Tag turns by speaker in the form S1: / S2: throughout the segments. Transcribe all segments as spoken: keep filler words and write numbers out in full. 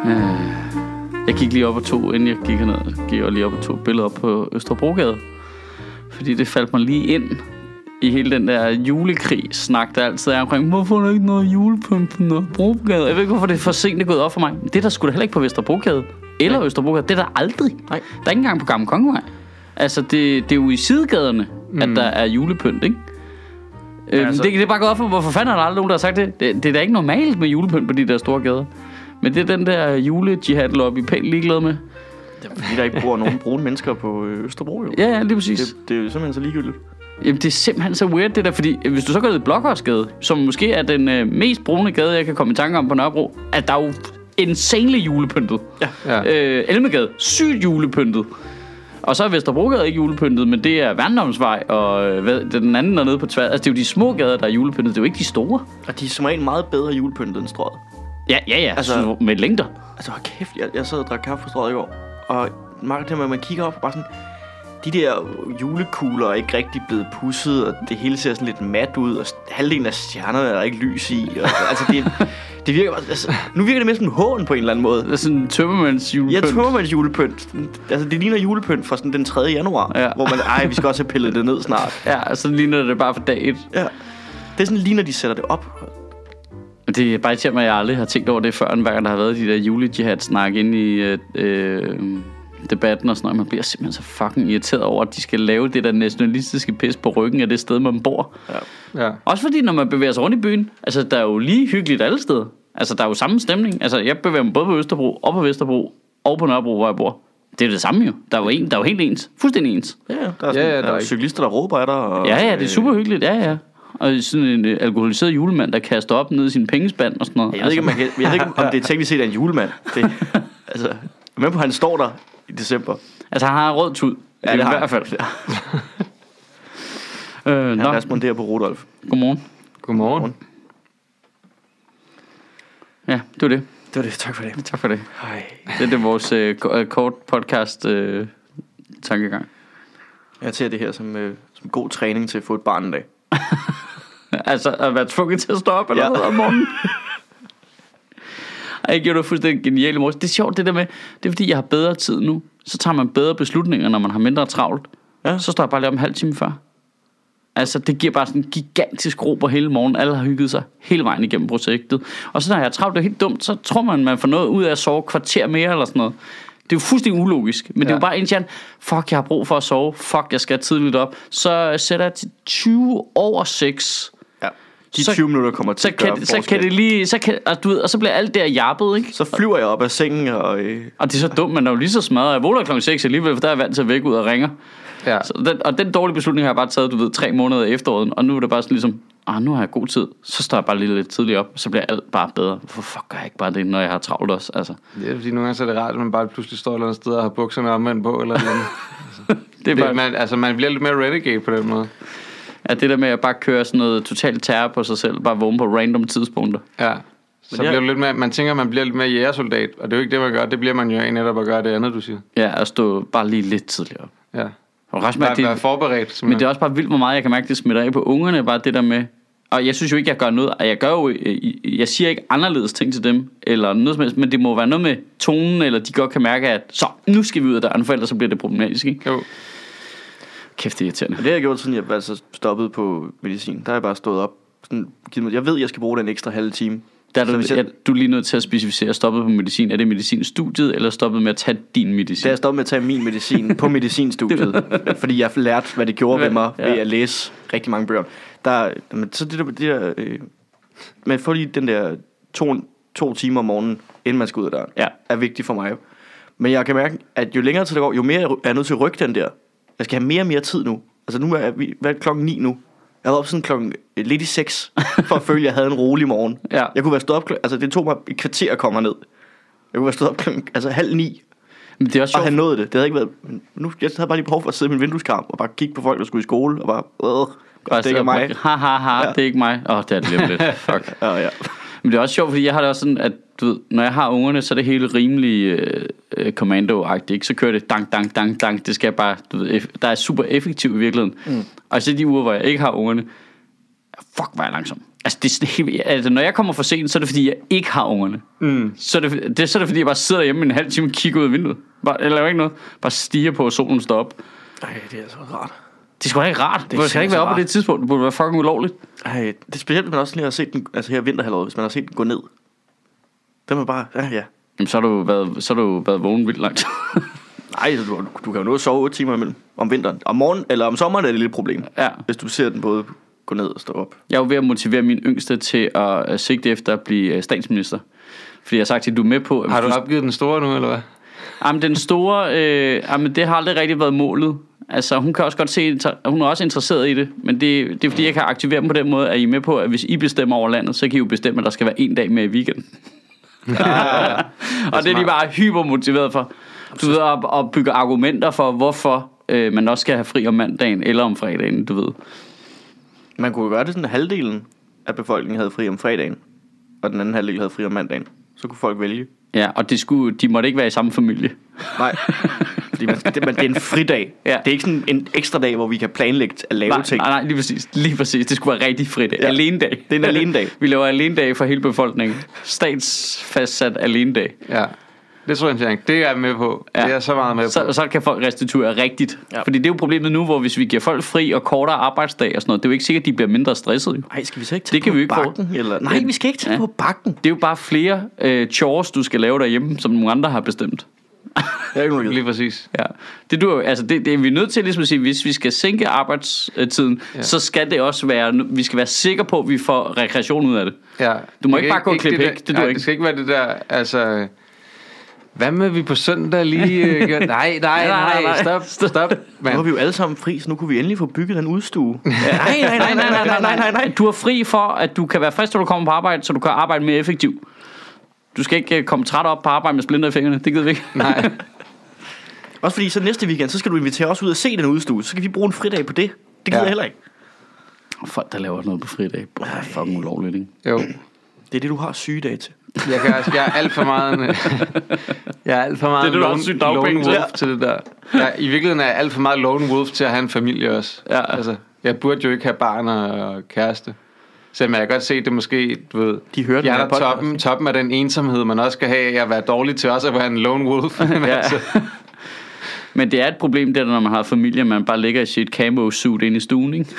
S1: Jeg gik lige op og tog, inden jeg gik herned, gik jeg lige op og tog billeder op på Østerbrogade. Fordi det faldt mig lige ind i hele den der julekrig-snak, der altid er omkring, hvorfor er der ikke noget julepynt på Østerbrogade? Jeg ved ikke, hvorfor det er for sent, det er gået op for mig. Det er der sgu da heller ikke på Vesterbrogade. Eller Østerbrogade. Det er der aldrig. Nej. Der er ikke engang på Gamle Kongevej. Altså, det, det er jo i sidegaderne, mm. at der er julepynt, ikke? Øhm, altså, det, det er bare gået op for, hvorfor fanden er der aldrig nogen, der har sagt det? Det, det er da ikke normalt med julepynt på de der store gader. Men det er den der jule-jihad-lobby pænt ligeglad med.
S2: Det er fordi, der ikke bor nogen brune mennesker på Østerbro, jo.
S1: Ja, ja, lige præcis.
S2: Det, det er jo simpelthen så ligegyldigt.
S1: Jamen, det er simpelthen så weird, det der. Fordi hvis du så går ud i Blågårdsgade, som måske er den øh, mest brune gade, jeg kan komme i tanke om på Nørrebro, at der er jo insanely julepyntet. Ja. ja. Øh, Elmegade, sygt julepyntet. Og så er Vesterbrogade ikke julepyntet, men det er Værndomsvej og øh, hvad, den anden dernede på tværs. Altså, det er jo de små gader, der er julepyntet. Det er jo ikke de store.
S2: Og de er som regel meget bedre julepyntet end Strøget.
S1: Ja, ja, ja. Altså, med længder.
S2: Altså, hold kæft, jeg, jeg sad og drak kaffe på Strøget i går. Og meget til, at man kigger op og bare sådan... De der julekugler er ikke rigtig blevet pudset, og det hele ser sådan lidt mat ud, og halvdelen af stjernerne er der ikke lys i. Og, altså, det, det virker bare... Altså, nu virker det mere som en hån på en eller anden måde.
S1: Det er sådan en tømmermands julepynt.
S2: Ja, tømmermands julepynt. Altså, det ligner julepynt fra sådan den tredje januar, ja. Hvor man... Ej, vi skal også have pillet det ned snart.
S1: Ja, så ligner det bare for dag et.
S2: Ja. Det er sådan lige, når de sætter det op.
S1: Det er bare til mig, at jeg aldrig har tænkt over det før, hver gang der har været de der julejihad-snak inde i øh, øh, debatten og sådan noget. Man bliver simpelthen så fucking irriteret over, at de skal lave det der nationalistiske pis på ryggen af det sted, man bor. Ja. Ja. Også fordi, når man bevæger sig rundt i byen, altså der er jo lige hyggeligt alle steder. Altså der er jo samme stemning. Altså jeg bevæger mig både på Østerbro og på Vesterbro og på Nørrebro, hvor jeg bor. Det er det samme jo. Der er jo, en, der er jo helt ens. Fuldstændig ens.
S2: Ja, der er, sådan, ja, ja, der der er cyklister, der råber af dig. Og,
S1: ja, ja, det er super hyggeligt. Ja, ja. Og sådan en øh, alkoholiseret julemand, der kaster op ned i sin pengespand og sådan noget.
S2: Jeg ved ikke, om, man kan, jeg ved ikke, om det er teknisk set er en julemand. Det, altså, men på han står der i december.
S1: Altså, han har rød tud.
S2: Ja, det
S1: i
S2: har
S1: hvert fald.
S2: Ja. øh, han responderer på Rudolf.
S1: Godmorgen.
S3: Godmorgen.
S1: Ja, det var det.
S2: Det var det. Tak for det.
S1: Tak for det. Det er det vores øh, kort podcast øh, tankegang.
S2: Jeg ser det her som, øh, som god træning til at få et barn en dag.
S1: Altså at være tvunget til at stoppe eller ja. Noget om morgenen. Jeg giver dig fuldstændig genial i morges. Det er sjovt det der med. Det er fordi jeg har bedre tid nu. Så tager man bedre beslutninger, når man har mindre travlt. Ja. Så står jeg bare lige om en halv time før. Altså det giver bare sådan en gigantisk ro på hele morgen. Alle har hygget sig hele vejen igennem projektet. Og så når jeg er travlt, det er helt dumt. Så tror man man får noget ud af at sove kvarter mere eller sådan noget. Det er jo fuldstændig ulogisk. Men ja. Det er jo bare en chance. Fuck, jeg har brug for at sove. Fuck, jeg skal tidligt op. Så sætter jeg til tyve over seks.
S2: Ja. De så, tyve minutter kommer til
S1: så
S2: at gøre
S1: kan, så kan det lige så kan, og, du ved, og så bliver alt der jappet, ikke?
S2: Så flyver jeg op af sengen og øh...
S1: Og det er så dumt, man er jo lige så smadret. Jeg vågner klokken seks alligevel, for der er jeg vant til at vække ud og ringer. Ja. Så den, og den dårlige beslutning har jeg bare taget, du ved, tre måneder i efteråret. Og nu er det bare sådan ligesom, ah, nu har jeg god tid. Så står jeg bare lige lidt tidligt op, så bliver alt bare bedre. Hvorfor fuck gør jeg ikke bare det, når jeg har travlt også? Altså.
S3: Det er fordi nogle gange så er det rart, at man bare pludselig står et eller andet sted og har bukserne omvendt på eller noget. Altså, det er bare... det, man, altså man bliver lidt mere renegade på den måde.
S1: Ja, det der med at bare køre sådan noget totalt terror på sig selv, bare vågne på random tidspunkter.
S3: Ja. Så bliver lidt mere, man tænker, man bliver lidt mere jægersoldat, og det er jo ikke det, man gør. Det bliver man jo af netop at gøre det andet, du siger.
S1: Ja, at stå bare lige lidt tidligere op.
S3: Ja.
S1: Og resten af det,
S3: være forberedt. Simpelthen.
S1: Men det er også bare vildt, hvor meget jeg kan mærke, det smitter af på ungerne, bare det der med. Og jeg synes jo ikke, jeg gør noget. Jeg gør jo, jeg siger ikke anderledes ting til dem eller noget som helst, men det må være noget med tonen, eller de godt kan mærke, at så nu skal vi ud af døren, for ellers så bliver det problematisk, ikke? Jo. Kæft, det er irriterende.
S2: Og det har jeg gjort, siden jeg altså stoppede på medicin. Der har jeg bare stået op. Sådan, jeg ved, jeg skal bruge den ekstra halve time.
S1: Der er du, jeg, du er lige nødt til at specificere stoppet på medicin. Er det medicinstudiet, eller stoppet med at tage din medicin?
S2: Det er stoppet med at tage min medicin på medicinstudiet. Fordi jeg har lært, hvad det gjorde ved mig, ja. Ved at læse rigtig mange bøger. Der, så det der, det der øh, men for lige den der to, to timer om morgenen, inden man skal ud af døren, ja. Er vigtigt for mig. Men jeg kan mærke, at jo længere tid der går, jo mere er jeg nødt til at rykke den der. Jeg skal have mere og mere tid nu. Altså nu er vi, hvad er klokken ni nu? Jeg var op sådan klokken lidt i seks, for at føle, at jeg havde en rolig morgen. Ja. Jeg kunne være stået op klokken, altså det tog mig et kvarter at komme herned. Jeg kunne være stået op klokken, altså halv ni. Men det er også og have nået det. Det havde ikke været, nu, jeg havde bare lige behov for at sidde i min vindueskarm og bare kigge på folk, der skulle i skole, og bare, øh, det er ikke mig.
S1: Ha, ha, ha, ja. Det er ikke mig. Åh, oh, det er det lige lidt. Fuck. Ja, ja. Men det er også sjovt, fordi jeg har det også sådan, at du ved, når jeg har ungerne, så er det hele rimelig øh, commando-agtigt, ikke? Så kører det dang, dang, dang, dang. Det skal bare, du ved, der er super effektivt i virkeligheden. Mm. Og så de uger, hvor jeg ikke har ungerne, fuck, hvor er jeg langsom. Altså, det er sådan helt, altså, når jeg kommer for sent, så er det fordi, jeg ikke har ungerne. Mm. Så, er det, det, så er det fordi, jeg bare sidder hjemme en halv time og kigger ud af vinduet. Bare, eller ikke noget. Bare stiger på, at solen står op.
S2: Nej, det er altså rart.
S1: Det er sgu da ikke rart. Det, det skal ikke være op på det tidspunkt. Det burde være fucking ulovligt.
S2: Ej, det er specielt, hvis man også lige har set den, altså her vinterhalvåret, hvis man har set den gå ned. Det er man bare, ja, ja.
S1: Jamen, så har du været, så har du været vågen vildt langt.
S2: Nej, du, du kan jo nå at sove otte timer imellem om vinteren. Om morgen, eller om sommeren er det et lille problem.
S1: Ja.
S2: Hvis du ser den både gå ned og stå op.
S1: Jeg er jo ved at motivere min yngste til at sigte efter at blive statsminister. Fordi jeg har sagt til, at du er med på...
S3: Har du opgivet den store nu, eller hvad?
S1: Jamen, den store... Øh, jamen, det har aldrig rigtig været målet. Altså, hun kan også godt se... Hun er også interesseret i det. Men det, det er fordi, jeg kan aktivere dem på den måde, at I er med på, at hvis I bestemmer over landet, så kan I jo bestemme, at der skal være en dag med i weekenden. Ja, og det er de bare hypermotiveret for. Du ved, at, at bygge argumenter for, hvorfor øh, man også skal have fri om mandagen eller om fredagen, du ved.
S2: Man kunne jo gøre det sådan, at halvdelen af befolkningen havde fri om fredagen, og den anden halvdel havde fri om mandagen. Så kunne folk vælge.
S1: Ja, og det skulle, de måtte ikke være i samme familie.
S2: Nej, fordi man skal, det, man, det er en fridag. Ja. Det er ikke sådan en ekstra dag, hvor vi kan planlægge at lave
S1: nej,
S2: ting.
S1: Nej, nej, lige præcis. Lige præcis. Det skulle være rigtig fridag. Ja. Alene dag.
S2: Det er en alene dag.
S1: Vi laver alene dag for hele befolkningen. Statsfastsat alene dag.
S3: Ja. Det tror jeg ikke. Det er jeg med på. Ja. Det er så meget med på.
S1: Så, så kan folk restituere rigtigt. Ja. Fordi det er jo problemet nu, hvor hvis vi giver folk fri og kortere arbejdsdag og sådan noget, det er jo ikke sikkert, at de bliver mindre stressede.
S2: Nej, skal vi så ikke tage
S1: det kan
S2: på
S1: vi ikke
S2: bakken? Eller? Nej, vi skal ikke tage ja. på bakken.
S1: Det er jo bare flere øh, chores, du skal lave derhjemme, som nogle andre har bestemt.
S3: Det er ikke lige præcis.
S1: Ja. Det, du, altså det, det er vi nødt til ligesom at sige, hvis vi skal sænke arbejdstiden, ja. så skal det også være, vi skal være sikre på, at vi får rekreation ud af det.
S3: Ja.
S1: Du må
S3: det
S1: ikke bare gå og klippe hæk. Det,
S3: det, det skal ikke være det der, altså... Hvad med vi på søndag lige... Øh, gør... nej, nej, nej, nej, stop, stop.
S2: Nu har vi jo alle sammen fri, så nu kunne vi endelig få bygget den udstue. Ja. nej, nej, nej, nej, nej, nej, nej, nej.
S1: Du er fri for, at du kan være frisk, når du kommer på arbejde, så du kan arbejde mere effektivt. Du skal ikke komme træt op på arbejde med splinter i fingrene. Det gider vi ikke.
S2: Nej. Også fordi så næste weekend, så skal du invitere os ud og se den udstue. Så kan vi bruge en fridag på det. Det gider ja. jeg heller ikke.
S1: Folk, der laver noget på fridag. Det er fucking ulovligt, ikke?
S3: Jo.
S2: Det er det, du har sygedag til.
S3: Jeg, kan, jeg er alt for meget Jeg er alt for meget det, lone, lone, lone wolf ja. til det der. Jeg, I virkeligheden er jeg alt for meget lone wolf til at have en familie også. Ja. Altså, jeg burde jo ikke have barn og kæreste. Selvom jeg kan godt se det måske, du ved,
S2: de hører
S3: jeg er toppen, toppen af den ensomhed man også skal have, at være dårlig til også at være en lone wolf.
S1: Ja. Men det er et problem der, når man har familie, man bare ligger i sit camo suit inde i stuen, ikke?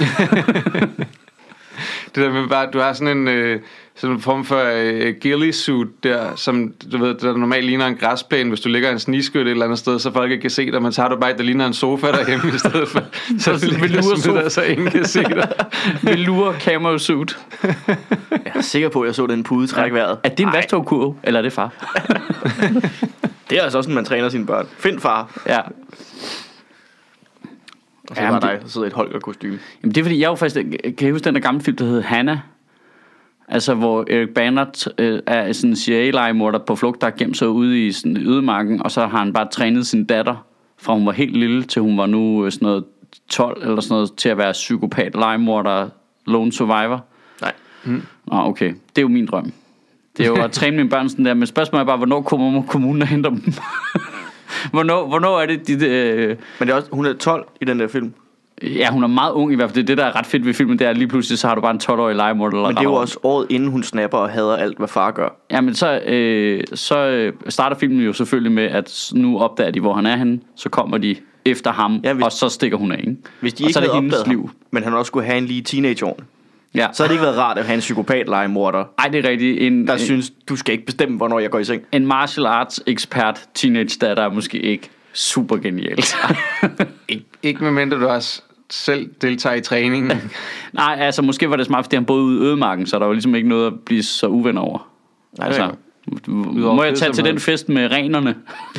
S3: Det der med bare, du har sådan en øh, sådan en form for øh, ghillie suit der, som du ved, der normalt ligner en græsplæne, hvis du ligger en sniskyt et eller andet sted, så folk ikke kan se dig, men så har du bare, der ligner en sofa derhjemme i stedet for, så du ligger sådan der, så ingen kan se dig.
S1: Velour camo suit.
S2: Jeg er sikker på, at jeg så den pude trække vejret.
S1: Er det en vasktogkurve, eller er det far?
S2: Det er altså også sådan, man træner sine børn. Find far.
S1: Ja.
S2: Og så ja, var dig, der sidder i et Holger-kostyme.
S1: Jamen det er fordi, jeg jo faktisk, kan jeg huske den der gamle film, der hedder Hannah? Altså hvor Eric Bannert øh, er sådan en C I A-legemorder på flugt, der har gemt sig ude i sådan ødemarken, og så har han bare trænet sin datter, fra hun var helt lille, til hun var nu øh, sådan noget tolv eller sådan noget, til at være psykopat, legemorder, lone survivor.
S2: Nej.
S1: Mm. Nå, okay. Det er jo min drøm. Det er jo at træne mine børn sådan der, men spørgsmålet er bare, hvornår kommer kommunen og henter dem? Hvornår, hvornår er det de, øh...
S2: Men det er også, hun er tolv i den der film.
S1: Ja, hun er meget ung i hvert fald. Det er det, der er ret fedt ved filmen. Det er lige pludselig, så har du bare en tolv-årig legemorder.
S2: Men det er jo også året inden hun snapper og hader alt, hvad far gør.
S1: Ja, men så, øh, så starter filmen jo selvfølgelig med, at nu opdager de, hvor han er henne. Så kommer de efter ham, ja, hvis, og så stikker hun af, ikke?
S2: Hvis de ikke
S1: og så
S2: havde opdaget liv. Ham, men han også skulle have en lige teenageår. Ja. Så har det ikke været rart at have en psykopat-legemorder.
S1: Nej, det er rigtigt. En,
S2: der
S1: en,
S2: synes, du skal ikke bestemme, hvornår jeg går i seng.
S1: En martial arts ekspert teenage datter er måske ikke super genialt.
S3: Ik- ikke med mindre du også selv deltager i træningen.
S1: Nej, altså måske var det smart, fordi han boede ude i ødemarken, så der var ligesom ikke noget at blive så uven over.
S2: Nej,
S1: altså, må jeg tage til den fest med renerne?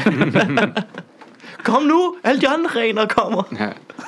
S2: Kom nu, alle de andre rener kommer.
S3: Ja.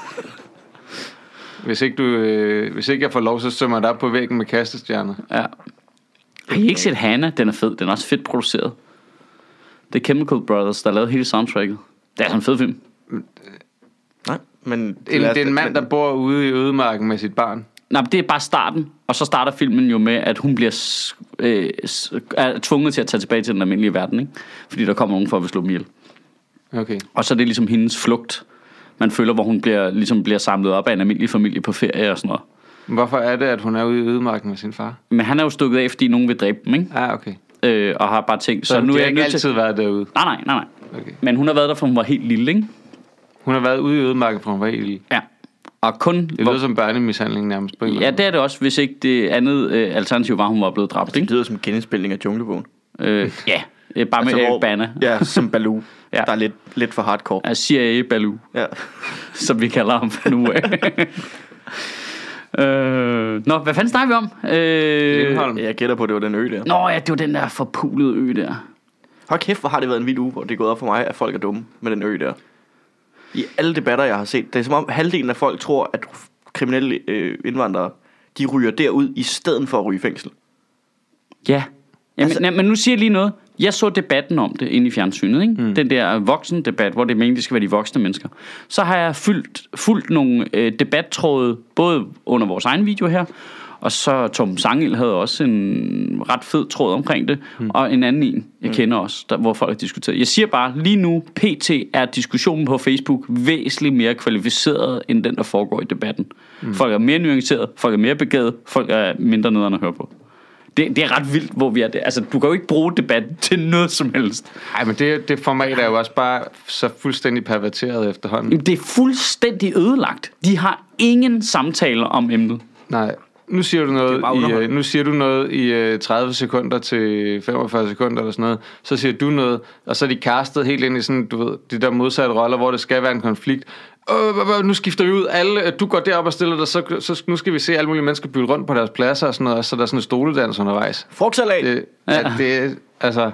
S3: Hvis ikke, du, øh, hvis ikke jeg får lov, så sømmer jeg dig op på væggen med kastestjerner.
S1: Ja. Har I ikke set Hannah? Den er fed. Den er også fedt produceret. Det er Chemical Brothers, der har lavet hele soundtracket. Det er sådan en fed film.
S2: Nej, men
S3: en, det er en mand, der bor ude i ødemarken med sit barn.
S1: Nej, det er bare starten. Og så starter filmen jo med, at hun bliver øh, er tvunget til at tage tilbage til den almindelige verden, ikke? Fordi der kommer nogen for at slå dem ihjel.
S3: Okay.
S1: Og så er det ligesom hendes flugt. Man føler, hvor hun bliver, ligesom bliver samlet op af en almindelig familie på ferie og sådan noget.
S3: Hvorfor er det, at hun er ude i ødemarken med sin far?
S1: Men han er jo stukket af, fordi nogen vil dræbe dem, ikke?
S3: Ah, okay.
S1: Øh, og har bare tænkt...
S3: Så, så nu er jeg ikke altid til... været derude?
S1: Nej, nej, nej, nej. Okay. Men hun har været der, for hun var helt lille, ikke?
S3: Hun har været ude i ødemarken, for hun var helt lille?
S1: Ja. Og kun...
S3: Det lyder hvor... som børnemishandling nærmest på en.
S1: Ja, det er det også, hvis ikke det andet øh, alternativ var, hun var blevet dræbt, ikke?
S2: Det lyder som en genindspilning af Junglebogen.
S1: Øh, ja, bare med altså, Erik Bana.
S2: Ja, som Baloo. Ja. Der er lidt, lidt for hardcore.
S1: Ja, C I A Baloo.
S2: Ja.
S1: Som vi kalder ham nu af. øh, nå, hvad fanden snakker vi om? Øh,
S2: Lindholm. Jeg gætter på, det var den ø der.
S1: Nå ja, det var den der forpulede ø der.
S2: Hold kæft, hvor har det været en vild uge, hvor det er gået op for mig, at folk er dumme med den ø der. I alle debatter, jeg har set, det er som om halvdelen af folk tror, at kriminelle øh, indvandrere, de ryger derud i stedet for at ryge i fængsel.
S1: Ja. Jamen, altså, nej, men nu siger jeg lige noget. Jeg så debatten om det inde i fjernsynet, ikke? Mm. Den der voksen debat, hvor det meningen, det skal være de voksne mennesker. Så har jeg fyldt, fulgt nogle øh, debattråde, både under vores egen video her, og så Tom Sangel havde også en ret fed tråd omkring det, mm. og en anden en, jeg kender også, der, hvor folk har diskuteret. Jeg siger bare, lige nu, pt. Er diskussionen på Facebook væsentligt mere kvalificeret, end den, der foregår i debatten. Mm. Folk er mere nuanceret, folk er mere begavet, folk er mindre nederen at høre på. Det, det er ret vildt, hvor vi er det. Altså, du kan jo ikke bruge debatten til noget som helst.
S3: Nej, men det, det format er jo også bare så fuldstændig perverteret efterhånden.
S1: Det er fuldstændig ødelagt. De har ingen samtaler om emnet.
S3: Nej. Nu siger du noget i, nu siger du noget i tredive sekunder til femogfyrre sekunder eller sådan noget. Så siger du noget, og så er de castet helt ind i sådan, du ved, de der modsatte roller, hvor det skal være en konflikt. Øh, nu skifter vi ud alle. Du går derop og stiller dig, så, så nu skal vi se alle mulige mennesker bytte rundt på deres pladser og sådan noget, og så er der sådan en stoledans undervejs.
S2: Frugtsalat.
S3: Det, ja. det, altså,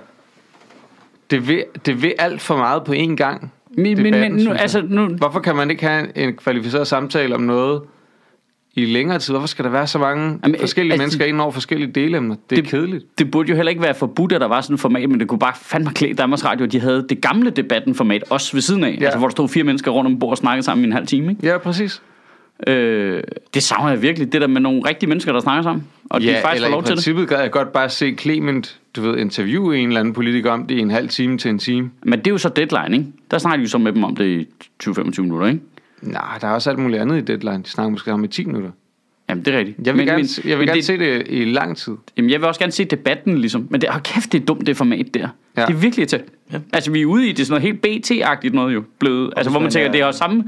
S3: det vil, det vil alt for meget på én gang.
S1: Men, debatten, men nu, altså, nu...
S3: Hvorfor kan man ikke have en kvalificeret samtale om noget i længere tid? Hvorfor skal der være så mange Jamen, forskellige altså, mennesker ind over forskellige delemner? Det er det, kedeligt.
S1: Det burde jo heller ikke være forbudt, at der var sådan et format, men det kunne bare fandme klæde Danmarks Radio, de havde det gamle debatten-format også ved siden af, ja. Altså hvor der stod fire mennesker rundt om bord og snakkede sammen i en halv time, ikke?
S3: Ja, præcis.
S1: Øh, det savner jeg virkelig, det der med nogle rigtige mennesker, der snakker sammen, og
S3: ja,
S1: de faktisk får lov til det.
S3: Ja, eller i princippet gad jeg godt bare se Clement, du ved, interviewe en eller anden politiker om det i en halv time til en time.
S1: Men det er jo så Deadline, ikke? Der snakker de jo så med dem om det i tyve til femogtyve minutter, ikke?
S3: Nej, der er også alt muligt andet i Deadline. De snakker måske om i ti minutter.
S1: Jamen, det er rigtigt.
S3: Jeg vil
S1: men,
S3: gerne,
S1: men,
S3: jeg vil gerne
S1: det,
S3: se det i lang tid.
S1: Jamen, jeg vil også gerne se debatten, ligesom. Men det, hold kæft, det er dumt, det format der. Ja. Det er virkelig til. Ja. Altså, vi er ude i det sådan noget helt B T-agtigt noget jo. Blevet, altså, hvor man tænker, er, det har samme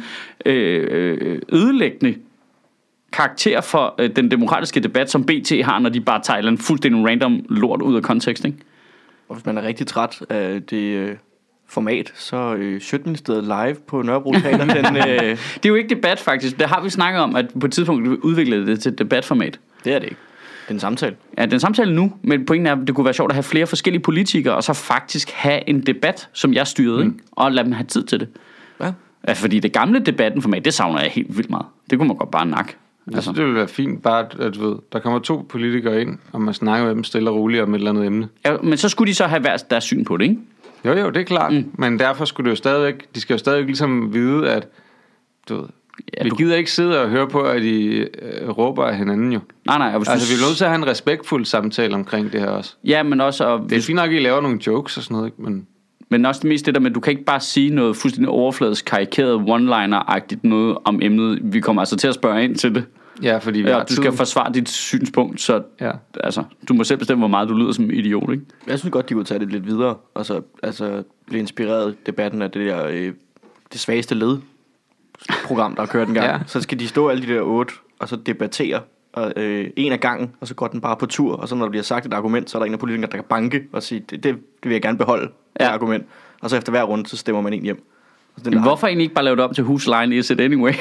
S1: øh, ødelæggende karakter for øh, den demokratiske debat, som B T har, når de bare tager en fuldstændig random lort ud af kontekst, ikke?
S2: Og hvis man er rigtig træt af det... Øh format, så øh, Sjøtministeriet live på Nørrebro Teater. den, øh...
S1: Det er jo ikke debat faktisk. Det har vi snakket om, at på et tidspunkt udviklede det til et debatformat.
S2: Det er det ikke. Det er en samtale.
S1: Ja, det er en samtale nu, men pointen er, at det kunne være sjovt at have flere forskellige politikere, og så faktisk have en debat, som jeg styrede, mm. ikke? Og lade dem have tid til det.
S2: Ja.
S1: Ja, fordi det gamle debattenformat, det savner jeg helt vildt meget. Det kunne man godt bare nakke.
S3: Jeg altså. synes, det ville være fint, bare at du ved, der kommer to politikere ind, og man snakker med dem stille og roligt om et eller andet emne.
S1: Ja, men så skulle de så have hver deres syn på det, ikke?
S3: Jo, jo, det er klart. Mm. Men derfor skulle det jo stadigvæk, de skal jo stadigvæk ligesom vide, at du ved, ja, vi du... gider ikke sidde og høre på, at de øh, råber af hinanden jo.
S1: Nej, nej.
S3: Altså, du... vi er nødt til at have en respektful samtale omkring det her også.
S1: Ja, men også... Og
S3: det er fint nok, at I laver nogle jokes og sådan noget, ikke? Men...
S1: Men også det mest det der med, du kan ikke bare sige noget fuldstændig overfladisk, karikeret, one-liner-agtigt noget om emnet. Vi kommer altså til at spørge ind til det.
S3: Ja, fordi vi
S1: ja,
S3: har
S1: du skal forsvare dit synspunkt, så ja. Altså, du må selv bestemme, hvor meget du lyder som en idiot, ikke?
S2: Jeg synes godt, de kunne tage det lidt videre, og så altså, blive inspireret debatten af det der øh, det svageste led program, der har kørt en gang. Ja. Så skal de stå alle de der otte, og så debattere og, øh, en af gangen, og så går den bare på tur, og så når der bliver sagt et argument, så er der en af politikerne, der kan banke og sige, det, det, det vil jeg gerne beholde, ja. Det argument. Og så efter hver runde, så stemmer man en hjem.
S1: Men hvorfor egentlig ikke bare lave det om til huslejen is it anyway?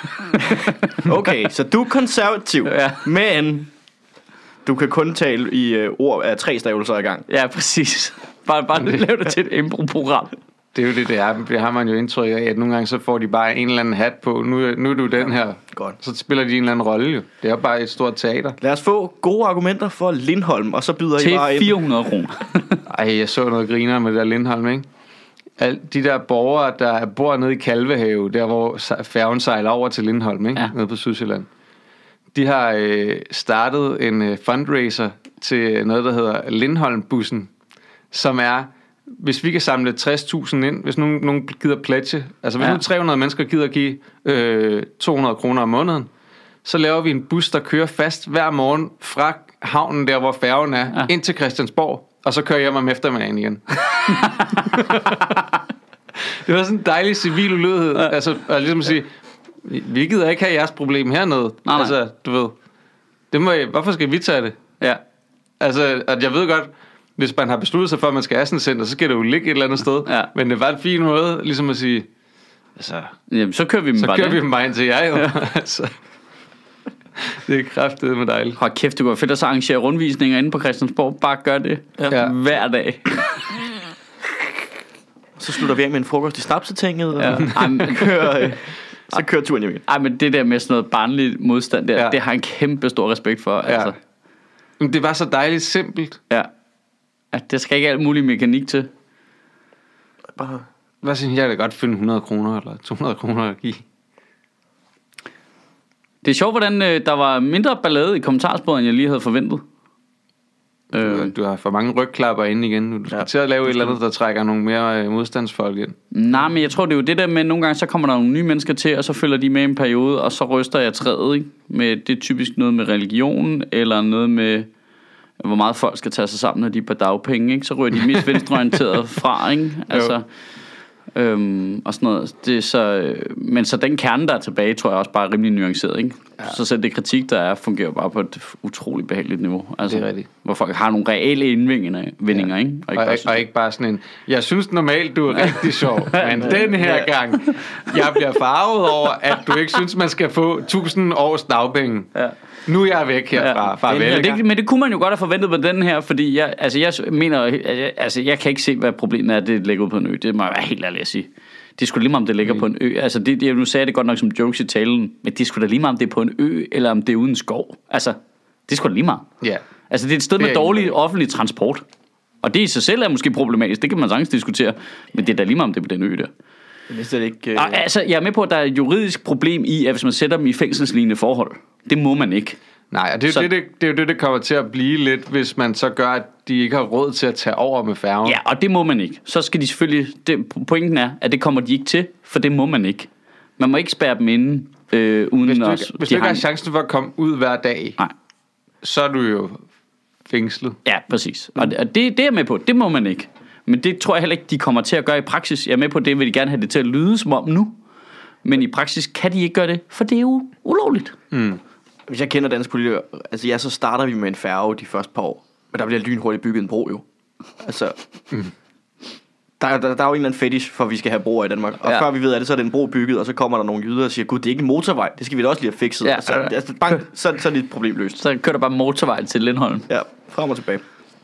S2: Okay, så du er konservativ,
S1: ja.
S2: Men du kan kun tale i øh, ord af tre stavelser ad gang.
S1: Ja, præcis. Bare, bare lave det til et impro-program.
S3: Det er jo det, det er. Det har man jo indtryk af, at nogle gange så får de bare en eller anden hat på. Nu, nu er du den her.
S2: Godt.
S3: Så spiller de en eller anden rolle jo. Det er bare et stort teater.
S2: Lad os få gode argumenter for Lindholm, og så byder
S1: til
S2: I bare ind.
S1: Til fire hundrede kroner.
S3: Ej, jeg så noget griner med det der Lindholm, ikke? Alle de der borgere, der bor nede i Kalvehave, der hvor færgen sejler over til Lindholm, ikke? Ja. Nede på Sydsjælland. De har øh, startet en øh, fundraiser til noget, der hedder Lindholm-bussen, som er, hvis vi kan samle tres tusind ind, hvis nogen, nogen gider pledge, altså hvis ja. nu tre hundrede mennesker gider give øh, to hundrede kroner om måneden, så laver vi en bus, der kører fast hver morgen fra havnen der, hvor færgen er, ja. ind til Christiansborg, og så kører jeg hjem om eftermiddagen igen. Det var sådan en dejlig civil ulydighed. Ja. Altså, at ligesom sige, vi gider ikke have jeres problem hernede. Nej, altså, nej. Du ved, det må I, hvorfor skal vi tage det?
S1: Ja.
S3: Altså, at jeg ved godt, hvis man har besluttet sig for, at man skal have sådan et center, så skal det jo ligge et eller andet sted. Ja. Men det var en fin måde, ligesom at sige, altså,
S1: jamen, så kører vi dem
S3: så
S1: bare
S3: kører vi dem bare ind til jer, jo. Ja. Altså, det er kraftedeme dejligt.
S1: Hold kæft, det går fedt at så arrangere rundvisninger inde på Christiansborg. Bare gør det ja. hver dag.
S2: Så slutter vi af med en frokost i Snapsetinget, og ja. Ej, kører, øh, så kører turen hjem.
S1: Ej, men det der med sådan noget barnlig modstand der, ja. det har en kæmpe stor respekt for. Ja. Altså.
S3: Men det var så dejligt simpelt.
S1: Ja. At det skal ikke alt mulig mekanik til.
S2: Bare...
S3: Hvad synes jeg, jeg kan godt finde hundrede kroner eller to hundrede kroner at give.
S1: Det er sjovt, hvordan øh, der var mindre ballade i kommentarsporet, end jeg lige havde forventet.
S3: Du, øh. du har for mange rygklapper inde igen. Du skal ja. til at lave et eller andet, der trækker nogle mere øh, modstandsfolk ind.
S1: Nej, men jeg tror, det er jo det der med, nogle gange så kommer der nogle nye mennesker til, og så følger de med en periode, og så ryster jeg træet, ikke? Med, det er typisk noget med religion, eller noget med, hvor meget folk skal tage sig sammen, når de er på dagpenge, ikke? Så ryger de mest venstreorienterede fra, ikke? Altså... Øhm, og sådan noget. Det er så, men så den kerne, der er tilbage, tror jeg også bare er rimelig nuanceret, ikke? Ja. Så selv det kritik, der er, fungerer bare på et utroligt behageligt niveau. Altså,
S3: det er rigtigt.
S1: Hvor folk har nogle reelle indvendinger, vindinger, ja. ikke?
S3: Og ikke, og, bare, og ikke bare sådan en, jeg synes normalt, du er rigtig sjov, men den her ja. gang, jeg bliver farvet over, at du ikke synes, man skal få tusind års dagpenge. Ja. Nu er jeg væk herfra. Ja. Farvel,
S1: det, det, men det kunne man jo godt have forventet på den her, fordi jeg, altså jeg mener, altså jeg kan ikke se, hvad problemet er, at det ligger ud på en ø. Det må jeg være helt ærlig at sige. Det er sgu da lige meget, om det ligger mm. på en ø. Altså det, det, nu sagde jeg det godt nok som jokes i talen, men det er sgu da lige meget, om det er på en ø, eller om det er uden skov. Altså, det er sgu da lige meget.
S3: Ja.
S1: Altså det er et sted med dårlig offentlig transport. Og det i sig selv er måske problematisk, det kan man sagtens diskutere, men det er da lige meget, om det er på den ø der.
S2: Det er ikke,
S1: uh... og, altså, jeg er med på, at der er et juridisk problem i, at hvis man sætter dem i fængselslignende forhold, det må man ikke.
S3: Nej, og det er, så, det, det, det er jo det, det kommer til at blive lidt, hvis man så gør, at de ikke har råd til at tage over med færgen.
S1: Ja, og det må man ikke. Så skal de selvfølgelig... Det, pointen er, at det kommer de ikke til, for det må man ikke. Man må ikke spærre dem inde, øh, uden
S3: hvis du,
S1: også...
S3: Hvis du ikke har chancen for at komme ud hver dag, nej. Så er du jo fængslet.
S1: Ja, præcis. Og, og det, det er jeg med på. Det må man ikke. Men det tror jeg heller ikke, de kommer til at gøre i praksis. Jeg er med på, det vil de gerne have det til at lyde som om nu. Men i praksis kan de ikke gøre det, for det er jo ulovligt.
S2: Mm. Hvis jeg kender danske politikere, altså ja, så starter vi med en færge de første par år. Men der bliver lynhurtigt bygget en bro jo. Altså, mm. der, der, der er jo en eller anden fetish for, at vi skal have broer i Danmark. Og ja. før vi ved af det, så er det en bro bygget, og så kommer der nogle jyder og siger, gud, det er ikke en motorvej, det skal vi da også lige have fikset. Ja. Altså, altså bang, så, så er det et problem løst.
S1: Så kører der bare motorvej til Lindholm.
S2: Ja, frem og tilbage.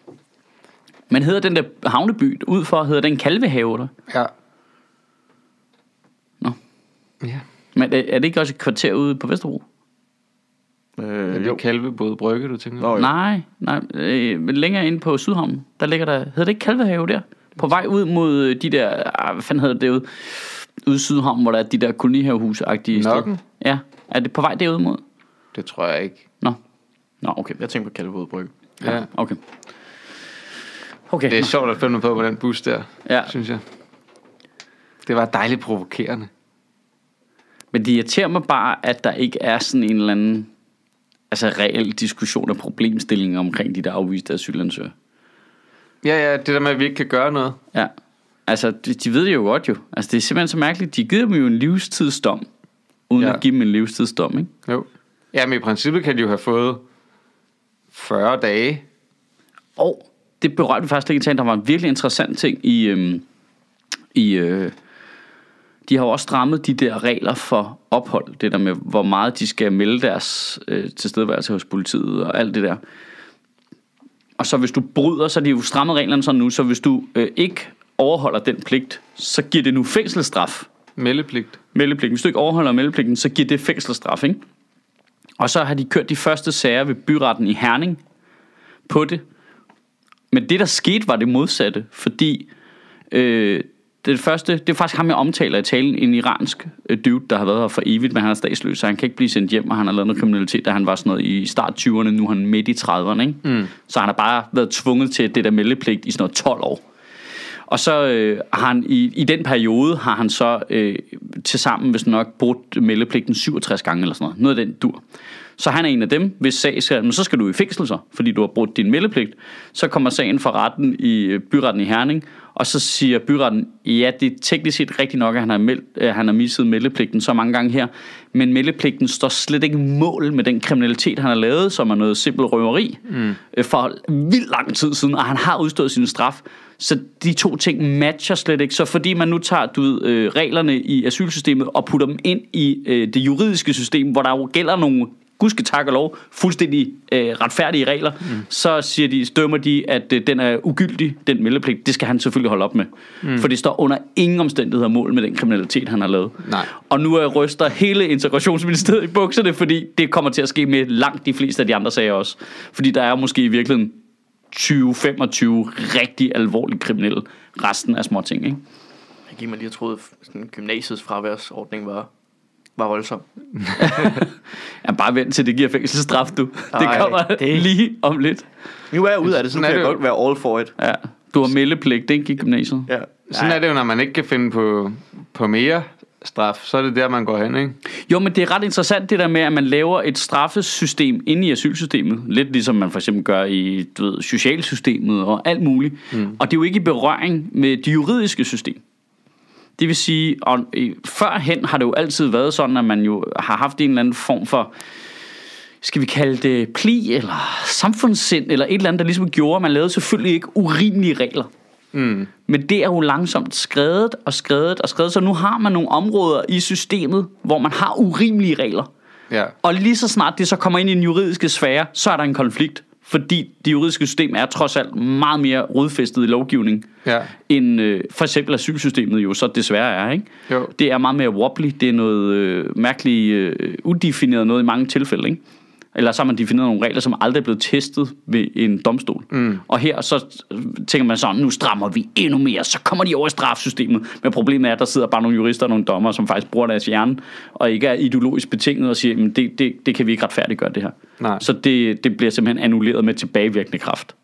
S1: Men hedder den der havneby ud for, hedder den Kalvehave, der?
S3: Ja.
S1: Nå.
S3: Ja.
S1: Men er, er det ikke også et kvarter ude på Vesterbro?
S3: Øh, er det Kalvebod Brygge, du tænker?
S1: Nå, nej, nej. Øh, længere inde på Sydhavnen, der ligger der... Hedder det ikke Kalvehave der? På vej ud mod de der... Ah, hvad fanden hedder det derude? Ude i Sydhavnen, hvor der er de der kolonihavehus-agtige
S3: Nokken?
S1: Ja, er det på vej derude mod?
S3: Det tror jeg ikke.
S1: Nå. Nå, okay.
S2: Jeg tænker på Kalvebod Brygge.
S1: Ja, okay. Okay.
S3: Det er sjovt at finde på på den bus der,
S1: ja.
S3: synes jeg. Det var dejligt provokerende.
S1: Men det irriterer mig bare, at der ikke er sådan en eller anden... Altså reel diskussion af problemstillinger omkring de der afviste asylansøgere.
S3: Ja, ja, det der med, at vi ikke kan gøre noget.
S1: Ja, altså de, de ved det jo godt jo. Altså det er simpelthen så mærkeligt. De giver dem jo en livstidsdom, uden ja. at give dem en livstidsdom, ikke?
S3: Jo. Ja, men i princippet kan de jo have fået fyrre dage.
S1: Og det berørte vi faktisk ikke. Der var en virkelig interessant ting i... Øhm, i øh, de har jo også strammet de der regler for ophold. Det der med, hvor meget de skal melde deres øh, tilstedeværelse hos politiet og alt det der. Og så hvis du bryder, så er de jo strammet reglerne sådan nu, så hvis du øh, ikke overholder den pligt, så giver det nu fængselsstraf.
S3: Meldepligt.
S1: Meldepligt. Hvis du ikke overholder meldepligten, så giver det fængselsstraf, ikke? Og så har de kørt de første sager ved byretten i Herning på det. Men det der skete var det modsatte, fordi øh, det første, det er faktisk ham jeg omtaler i talen, en iransk øh, dude, der har været her for evigt, men han er statsløs, så han kan ikke blive sendt hjem, og han har lavet noget kriminalitet, da han var sådan noget i start tyverne, nu er han midt i trediverne, ikke? Mm. Så han har bare været tvunget til det der meldepligt i sådan noget tolv år. Og så øh, har han i, i den periode har han så øh, tilsammen, hvis nok, brudt meldepligten syvogtres gange eller sådan noget. Noget af den dur. Så han er en af dem, hvis sag skal, men så skal du i fængsel så, fordi du har brudt din meldepligt. Så kommer sagen for retten i byretten i Herning, og så siger byretten, ja, det er teknisk set rigtigt nok, at han har, meldt, at han har misset meldepligten så mange gange her, men meldepligten står slet ikke mål med den kriminalitet, han har lavet, som er noget simpelt røveri mm. for vildt lang tid siden, og han har udstået sin straf. Så de to ting matcher slet ikke. Så fordi man nu tager du ved, øh, reglerne i asylsystemet og putter dem ind i øh, det juridiske system, hvor der jo gælder nogle gudske tak og lov, fuldstændig øh, retfærdige regler, mm. så siger de, dømmer de, at øh, den er ugyldig, den meldepligt. Det skal han selvfølgelig holde op med. Mm. For det står under ingen omstændigheder mål med den kriminalitet, han har lavet. Nej. Og nu er ryster hele integrationsministeriet i bukserne, fordi det kommer til at ske med langt de fleste af de andre sager også. Fordi der er måske i virkeligheden tyve femogtyve rigtig alvorlige kriminelle, resten af små ting, ikke?
S2: Jeg giver mig lige at troede, at gymnasiets fraværsordning var var voldsom.
S1: Ja, bare vent til det giver fængselsstraf, du. Ej, det kommer det... lige om lidt.
S2: Nu er jeg ud af det, så kan jeg godt være all for it.
S1: Ja, du har meldepligt, det gik gymnasiet.
S3: Ja. Sådan er det jo, når man ikke kan finde på, på mere straf, så er det der, man går hen, ikke?
S1: Jo, men det er ret interessant det der med, at man laver et straffesystem inde i asylsystemet. Lidt ligesom man for eksempel gør i du ved, socialsystemet og alt muligt. Mm. Og det er jo ikke i berøring med det juridiske system. Det vil sige, og førhen har det jo altid været sådan, at man jo har haft en eller anden form for, skal vi kalde det pli eller samfundssind, eller et eller andet, der ligesom gjorde, at man lavede selvfølgelig ikke urimelige regler. Mm. Men det er jo langsomt skredet og skredet og skredet, så nu har man nogle områder i systemet, hvor man har urimelige regler. Ja. Og lige så snart det så kommer ind i den juridiske sfære, så er der en konflikt. Fordi det juridiske system er trods alt meget mere rodfæstet i lovgivning, ja. end øh, for eksempel asylsystemet jo så desværre er, ikke? Jo. Det er meget mere wobbly, det er noget øh, mærkeligt øh, udefineret noget i mange tilfælde, ikke? Eller så har man defineret nogle regler, som aldrig er blevet testet ved en domstol. Mm. Og her så tænker man sådan, nu strammer vi endnu mere, så kommer de over i strafsystemet. Men problemet er, at der sidder bare nogle jurister og nogle dommer, som faktisk bruger deres hjerne, og ikke er ideologisk betinget og siger, at det, det, det kan vi ikke retfærdiggøre det her. Nej. Så det, det bliver simpelthen annulleret med tilbagevirkende kraft.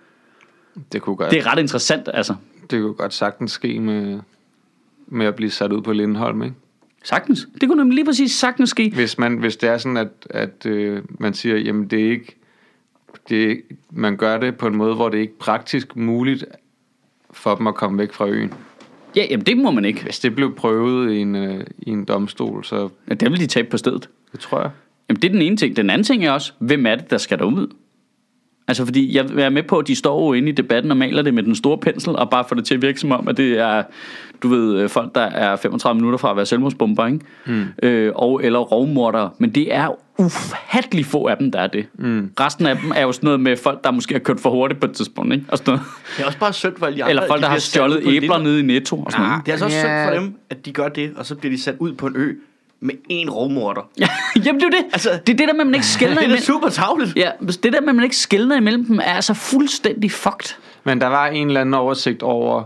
S3: Det kunne godt.
S1: Det er ret interessant, altså.
S3: Det kunne godt sagtens ske med, med at blive sat ud på Lindholm, ikke?
S1: Sagtens. Det kunne nemlig lige præcis sagtens ske.
S3: Hvis, man, hvis det er sådan, at, at øh, man siger, jamen det er ikke, det er, man gør det på en måde, hvor det er ikke praktisk muligt for dem at komme væk fra øen.
S1: Ja, jamen det må man ikke.
S3: Hvis det blev prøvet i en, øh, i en domstol, så...
S1: Ja, det vil de tabe på stedet.
S3: Det tror jeg.
S1: Jamen det er den ene ting. Den anden ting er også, hvem er det, der skal derud? Altså fordi jeg er med på, at de står jo inde i debatten og maler det med den store pensel, og bare får det til at virke som om, at det er, du ved, folk, der er femogtredive minutter fra at være selvmordsbomber, ikke? Mm. Øh, og, eller rovmordere. Men det er ufattelig få af dem, der er det. Mm. Resten af dem er jo sådan noget med folk, der måske har kørt for hurtigt på et tidspunkt, ikke? Og sådan noget.
S2: Det er også bare synd for alle de andre.
S1: Eller folk, der har stjålet æbler nede i Netto og sådan
S2: nah,
S1: noget.
S2: Det er altså også yeah. synd for dem, at de gør det, og så bliver de sat ud på en ø med en rovmorder.
S1: Jamen det er det. Altså, det er det der med, man ikke skelner imellem.
S2: Det er super tavligt.
S1: Ja, det der med, man ikke skelner imellem dem, er altså fuldstændig fucked.
S3: Men der var en eller anden oversigt over,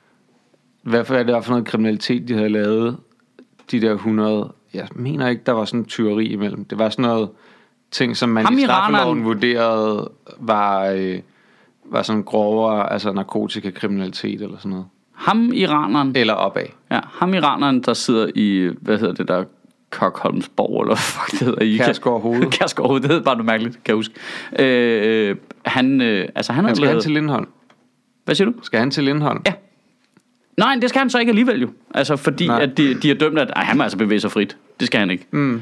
S3: hvad for, det var for noget kriminalitet, de havde lavet. De der hundrede, jeg mener ikke, der var sådan en tyveri imellem. Det var sådan noget ting, som man Ham i straffeloven vurderede var, øh, var sådan grovere, altså narkotikakriminalitet eller sådan noget.
S1: Ham iraneren.
S3: Eller opad.
S1: Ja, ham iraneren, der sidder i, hvad hedder det der, Kokholmsborg, eller hvad fuck det hedder i.
S3: Kærsgaard Hoved.
S1: Kærsgaard Hoved, det hedder bare noget mærkeligt, kan jeg huske. Øh, han, øh, altså han, han
S3: skal lavet... han til Lindholm.
S1: Hvad siger du?
S3: Skal han til Lindholm?
S1: Ja. Nej, det skal han så ikke alligevel jo. Altså fordi, Nej. at de, de har dømt, at ej, han må altså bevæge sig frit. Det skal han ikke. Mm.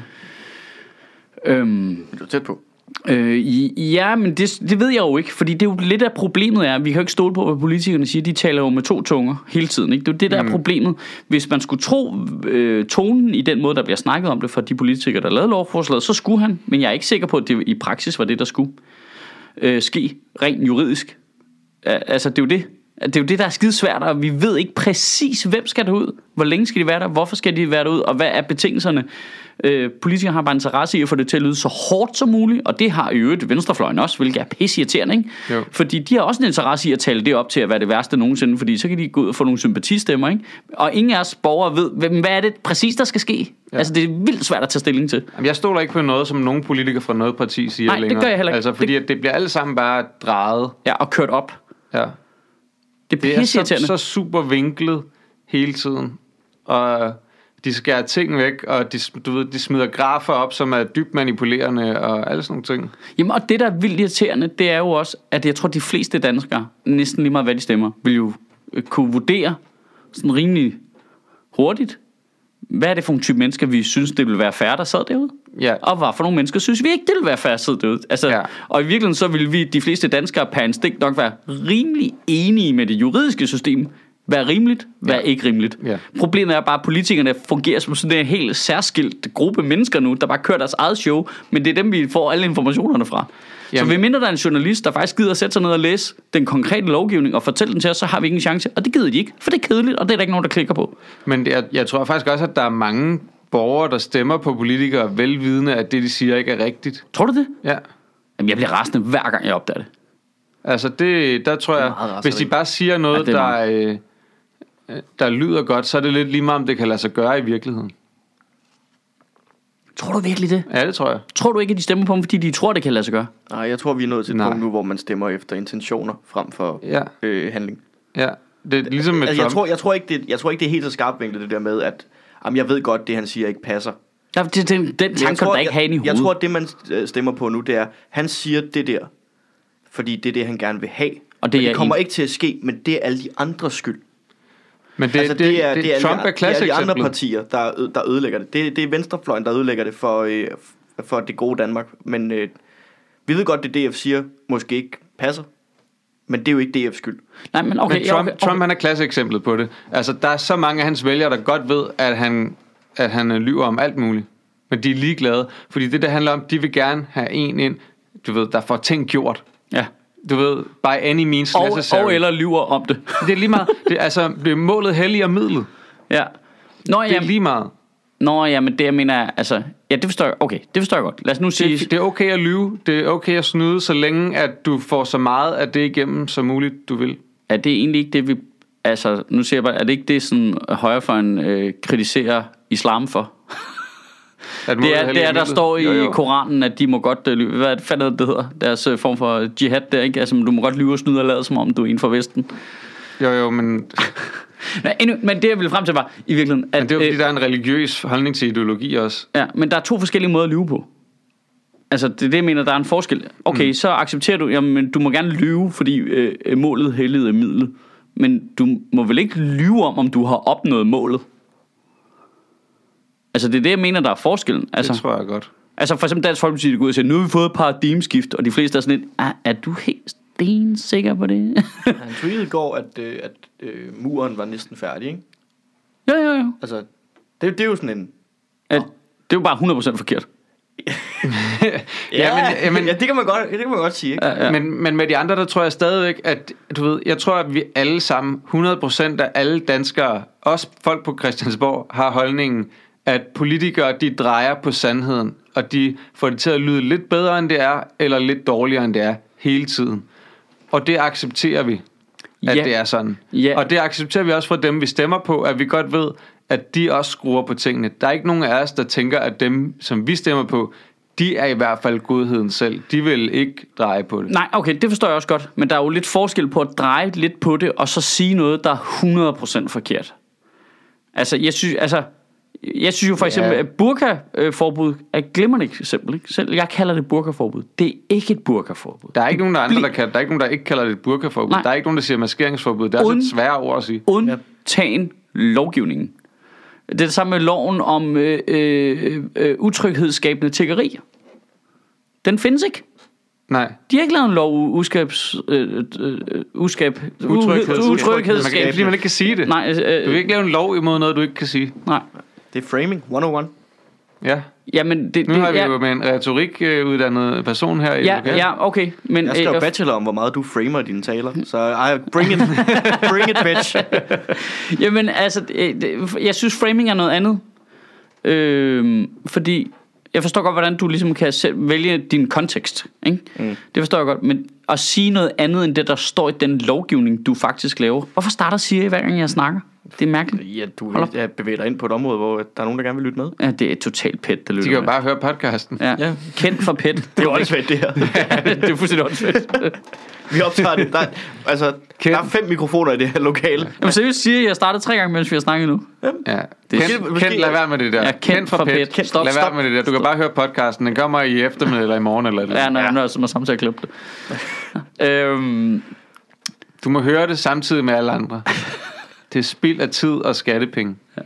S1: Øhm,
S2: du er tæt på.
S1: Øh, ja, men det, det ved jeg jo ikke. Fordi det er jo lidt af problemet er, vi kan jo ikke stole på, hvad politikerne siger. De taler jo med to tunger hele tiden, ikke? Det er jo det, der mm. er problemet. Hvis man skulle tro øh, tonen i den måde, der bliver snakket om det for de politikere, der lavede lovforslaget, så skulle han. Men jeg er ikke sikker på, at det i praksis var det, der skulle øh, ske rent juridisk. Altså, det er jo det. Det er jo det, der er skidesvært, og vi ved ikke præcis, hvem skal derud, hvor længe skal de være der, hvorfor skal de være derud, og hvad er betingelserne. Øh, politikere har bare interesse i at få det til at lyde så hårdt som muligt, og det har i øvrigt venstrefløjen også, hvilket er pisseirriterende, ikke? Jo. Fordi de har også en interesse i at tale det op til at være det værste nogensinde, fordi så kan de gå ud og få nogle sympatistemmer, ikke? Og ingen af os borgere ved, hvem, hvad er det præcis, der skal ske. Ja. Altså det er vildt svært at tage stilling til.
S3: Jamen, jeg stoler ikke på noget, som nogen politikere fra noget parti siger.
S1: Nej,
S3: længere.
S1: Det gør jeg heller ikke.
S3: Altså fordi det, det bliver alle sammen bare drejet.
S1: Ja, og kørt op.
S3: Ja.
S1: Det er,
S3: det er så, så super vinklet hele tiden. Og de skærer ting væk, og de, du ved, de smider grafer op, som er dybt manipulerende, og alle sådan nogle ting.
S1: Jamen, og det, der er vildt irriterende, det er jo også, at jeg tror, de fleste danskere, næsten lige meget hvad de stemmer, vil jo kunne vurdere sådan rimelig hurtigt, hvad er det for en type mennesker, vi synes, det vil være fair, der sad derude?
S3: Ja.
S1: Og hvad for nogle mennesker synes vi ikke, det vil være fair, der sad derude? Altså, ja. Og i virkeligheden så vil vi, de fleste danskere per instinkt nok være rimelig enige med det juridiske system. Hvad er rimeligt, hvad er ja. ikke rimeligt. Ja. Problemet er bare, at politikerne fungerer som sådan en helt særskilt gruppe mennesker nu, der bare kører deres eget show, men det er dem, vi får alle informationerne fra. Jamen. Så ved mindre der er en journalist, der faktisk gider at sætte sig ned og læse den konkrete lovgivning og fortælle den til os, så har vi ikke en chance. Og det gider de ikke, for det er kedeligt, og det er der ikke nogen, der klikker på.
S3: Men jeg, jeg tror faktisk også, at der er mange borgere, der stemmer på politikere, velvidende, at det, de siger, ikke er rigtigt.
S1: Tror du det?
S3: Ja.
S1: Jamen, jeg bliver rasende hver gang, jeg opdager det.
S3: Altså, det, der tror jeg, hvis de bare siger noget, ja, der, øh, der lyder godt, så er det lidt lige meget, om det kan lade sig gøre i virkeligheden.
S1: Tror du virkelig det?
S3: Ja, det tror jeg.
S1: Tror du ikke, at de stemmer på dem, fordi de tror, det kan lade sig gøre?
S2: Nej, jeg tror, vi er nået til et punkt nu, hvor man stemmer efter intentioner frem for ja. øh, handling.
S3: Ja, det er ligesom med
S2: altså, jeg, tror, jeg, tror ikke, det, jeg tror ikke, det er helt så skarpvinklet, det der med, at jamen, jeg ved godt, det han siger ikke passer.
S1: Ja, det, den, den tanke kan der ikke have i hovedet.
S2: Jeg tror, at det, man stemmer på nu, det er, han siger det der, fordi det er det, han gerne vil have. Og det, det kommer en... ikke til at ske, men det er alle de andres skyld.
S3: Men det, altså, det, det, er, det, det er
S2: Trump
S3: er klasse
S2: det er de andre partier, der, der ødelægger det. det. Det er venstrefløjen, der ødelægger det for, øh, for det gode Danmark. Men øh, vi ved godt, det D F siger måske ikke passer. Men det er jo ikke D F's skyld.
S1: Nej, men okay,
S3: men Trump,
S1: okay, okay.
S3: Trump han er klasseeksemplet på det. Altså, der er så mange af hans vælgere, der godt ved, at han, at han lyver om alt muligt. Men de er ligeglade. Fordi det, der handler om, de vil gerne have en ind, du ved, der får ting gjort. Ja. Du ved, by any means
S1: og,
S3: necessary.
S1: Og eller lyver om det.
S3: Det er lige meget. Det, altså, det er målet helliger midlet.
S1: Ja. Nå,
S3: det er jamen, lige meget.
S1: Nå, ja, men det jeg mener, altså, ja, det forstår jeg, okay, det forstår jeg godt. Lad os nu sige...
S3: Det, det er okay at lyve, det er okay at snyde, så længe at du får så meget af det igennem, som muligt du vil.
S1: Er det egentlig ikke det, vi... Altså, nu siger jeg bare, er det ikke det, sådan højrefløjen øh, kritiserer islam for? Det er, det er der står i jo, jo. Koranen, at de må godt lyve. Hvad fanden det hedder? Deres form for jihad der, ikke? Altså, du må godt lyve og snyde og lade, som om du er inden for Vesten.
S3: Jo, jo, men...
S1: Nej, endnu, men det jeg ville frem til var i virkeligheden at,
S3: men det er jo fordi, der er en religiøs holdning til ideologi også.
S1: Ja, men der er to forskellige måder at lyve på. Altså, det er det, jeg mener, der er en forskel. Okay, mm. så accepterer du, jamen, du må gerne lyve, fordi øh, målet helligede midlet. Men du må vel ikke lyve om, om du har opnået målet? Altså, det er det, jeg mener, der er forskellen. Altså,
S3: det tror jeg godt.
S1: Altså, for eksempel Dansk Folkeparti, der går ud og siger, nu har vi fået et paradigmeskift, og de fleste er sådan lidt, ah, er du helt stensikker på det?
S2: Han tweetede i går, at, øh, at øh, muren var næsten færdig, ikke?
S1: Jo, jo, jo.
S2: Altså, det, det er jo sådan en...
S1: At, det er jo bare hundrede procent forkert.
S2: ja, ja, men, jamen, ja, det kan man godt, det kan man godt sige, ikke?
S3: Ja, ja. Men, men med de andre, der tror jeg stadigvæk, at du ved, jeg tror, at vi alle sammen, hundrede procent af alle danskere, også folk på Christiansborg, har holdningen, at politikere, de drejer på sandheden, og de får det til at lyde lidt bedre, end det er, eller lidt dårligere, end det er, hele tiden. Og det accepterer vi, at ja. det er sådan. Ja. Og det accepterer vi også fra dem, vi stemmer på, at vi godt ved, at de også skruer på tingene. Der er ikke nogen af os, der tænker, at dem, som vi stemmer på, de er i hvert fald godheden selv. De vil ikke dreje på det.
S1: Nej, okay, det forstår jeg også godt. Men der er jo lidt forskel på at dreje lidt på det, og så sige noget, der er hundrede procent forkert. Altså, jeg synes, altså... Jeg synes jo for eksempel, ja. at burka-forbud er et glimrende eksempel. Ikke? Selv jeg kalder det burka-forbud. Det er ikke et burka-forbud.
S3: Der er ikke nogen, der, andre, der, kan, der, er ikke nogen, der ikke kalder det et burka-forbud. Nej. Der er ikke nogen, der siger maskeringsforbud. Det er Und, også et svære ord at sige.
S1: Undtagen lovgivningen. Det er det samme med loven om øh, øh, øh, utryghedsskabende tiggeri. Den findes ikke.
S3: Nej.
S1: De har ikke lavet en lov uskabs øh, øh, uskab utryghedsskabende,
S3: fordi man ikke kan sige det.
S1: Nej, øh,
S3: du vil ikke lave en lov imod noget du ikke kan sige.
S1: Nej.
S2: Det er framing et nul et.
S3: Ja.
S1: Jamen det,
S3: nu
S1: det,
S3: har vi
S1: ja.
S3: jo med en retorikuddannet person her i
S1: ja, okay. Ja, okay. Men
S2: jeg skrev øh, bachelor om hvor meget du framer dine taler. Så I bring it, bring it, bitch.
S1: Jamen altså, det, jeg synes framing er noget andet. Øh, fordi jeg forstår godt, hvordan du ligesom kan selv vælge din kontekst, ikke? Mm. Det forstår jeg godt, men at sige noget andet end det, der står i den lovgivning, du faktisk laver. Hvorfor starter Siri hver gang jeg snakker? Det er mærkeligt.
S2: Ja, du jeg bevæger dig ind på et område, hvor der er nogen, der gerne vil lytte med.
S1: Ja, det er totalt pet, der lytter.
S3: De kan jo bare høre podcasten.
S1: Ja. ja. Kendt fra pet.
S2: Det er jo åndssvagt, det her.
S1: Det er fuldstændig åndssvagt.
S2: Vi optager det. Der, altså, der er fem mikrofoner i det her lokale.
S1: Jamen seriøst siger, at jeg startede tre gange, mens vi har snakket nu.
S3: Ja. Det er kendt, kendt, lad være med det der.
S1: Ja, kendt, kendt fra, fra pet.
S3: pet. Stop, lad være med det der. Du kan bare høre podcasten. Den kommer i eftermiddag eller i morgen. Eller
S1: ja, når jeg ja. som er samtidig klippe det. øhm.
S3: Du må høre det samtidig med alle andre. Det er spild af tid og skattepenge.
S1: Ja.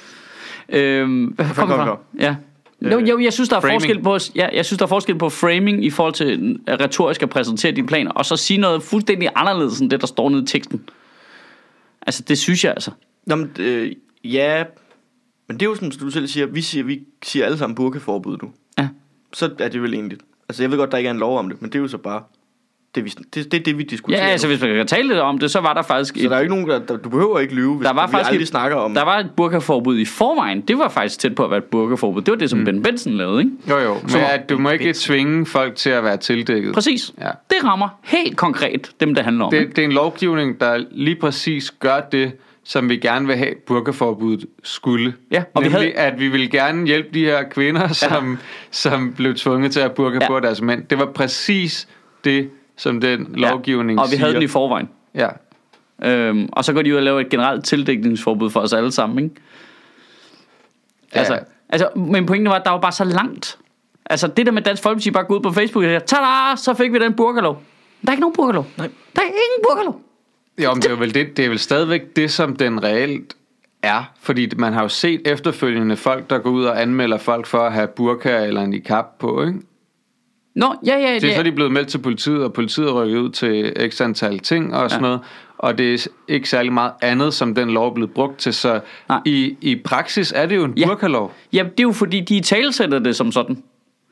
S1: Øhm, hvad kom fra? Ja. Jo, jo, jeg synes der er framing. forskel på ja, jeg synes der er forskel på framing i forhold til retorisk at præsentere dine planer og så sige noget fuldstændig anderledes end det der står nede i teksten. Altså det synes jeg altså.
S2: Nå, men, øh, ja, men det er jo sådan som du selv siger, vi siger vi siger alle sammen burkaforbud nu.
S1: Ja.
S2: Så er det vel egentlig. Altså jeg ved godt der ikke er en lov om det, men det er jo så bare det, vi, det, det er det vi diskuterer.
S1: Ja, altså hvis man kan tale lidt om det, så var der faktisk.
S2: Så et, der er ikke nogen der, der du behøver ikke lyve, hvis
S1: der var
S2: du
S1: faktisk
S2: aldrig
S1: et,
S2: snakker om.
S1: Der var et burkaforbud i forvejen. Det var faktisk tæt på at være et burkaforbud. Det var det som mm. Ben Benson lavede, ikke?
S3: Jo jo. Men at du må ikke tvinge folk til at være tildækket.
S1: Præcis. Ja. Det rammer helt konkret dem der handler om.
S3: Det, det er en lovgivning der lige præcis gør det, som vi gerne vil have burkaforbuddet skulle.
S1: Ja,
S3: og nemlig, vi havde... at vi vil gerne hjælpe de her kvinder, som, ja. som blev tvunget til at burka ja. på deres mænd. Det var præcis det, som den lovgivning
S1: ja. Og vi
S3: siger.
S1: havde den i forvejen.
S3: Ja.
S1: Øhm, og så går de ud og laver et generelt tildækningsforbud for os alle sammen, ikke? Altså, ja. altså, men pointen var, at der var bare så langt. Altså, det der med Dansk Folkeparti bare gå ud på Facebook og siger, tada, så fik vi den burkalov. Der er ikke nogen burkalov. Nej. Der er ingen burkalov.
S3: Jo, men det er vel, det, det er vel stadigvæk det, som den reelt er. Fordi man har jo set efterfølgende folk, der går ud og anmelder folk for at have burka eller en niqab på, ikke?
S1: Nå, ja, ja,
S3: det er så de er blevet meldt til politiet, og politiet er rykket ud til x antal ting og sådan ja. noget. Og det er ikke særlig meget andet, som den lov er blevet brugt til. Så i, i praksis er det jo en
S1: ja.
S3: burkalov.
S1: Ja, det er jo fordi, de talesætter det som sådan.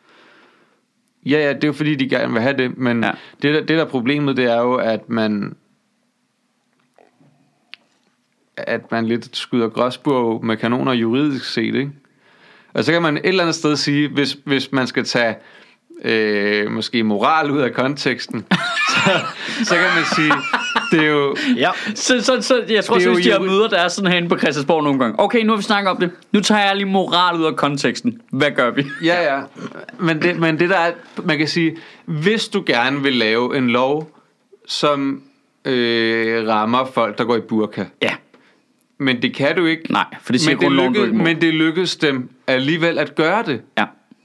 S3: Ja, ja, det er jo fordi, de gerne vil have det. Men ja. det, der, det der problemet, det er jo, at man... at man lidt skyder gråsbog med kanoner juridisk set, ikke? Og så kan man et eller andet sted sige, hvis, hvis man skal tage øh, måske moral ud af konteksten, så, så kan man sige, det er jo...
S1: Ja. Så, så, så jeg tror, at hvis de her møder, der er sådan herinde på Christiansborg nogle gange, okay, nu har vi snakket om det, nu tager jeg lige moral ud af konteksten. Hvad gør vi?
S3: Ja, ja. Men det, men det der er, man kan sige, hvis du gerne vil lave en lov, som øh, rammer folk, der går i burka.
S1: Ja.
S3: Men det kan du ikke.
S1: Nej, for det siger
S3: men det, lykkes, men det lykkedes dem alligevel at gøre det.
S1: Ja.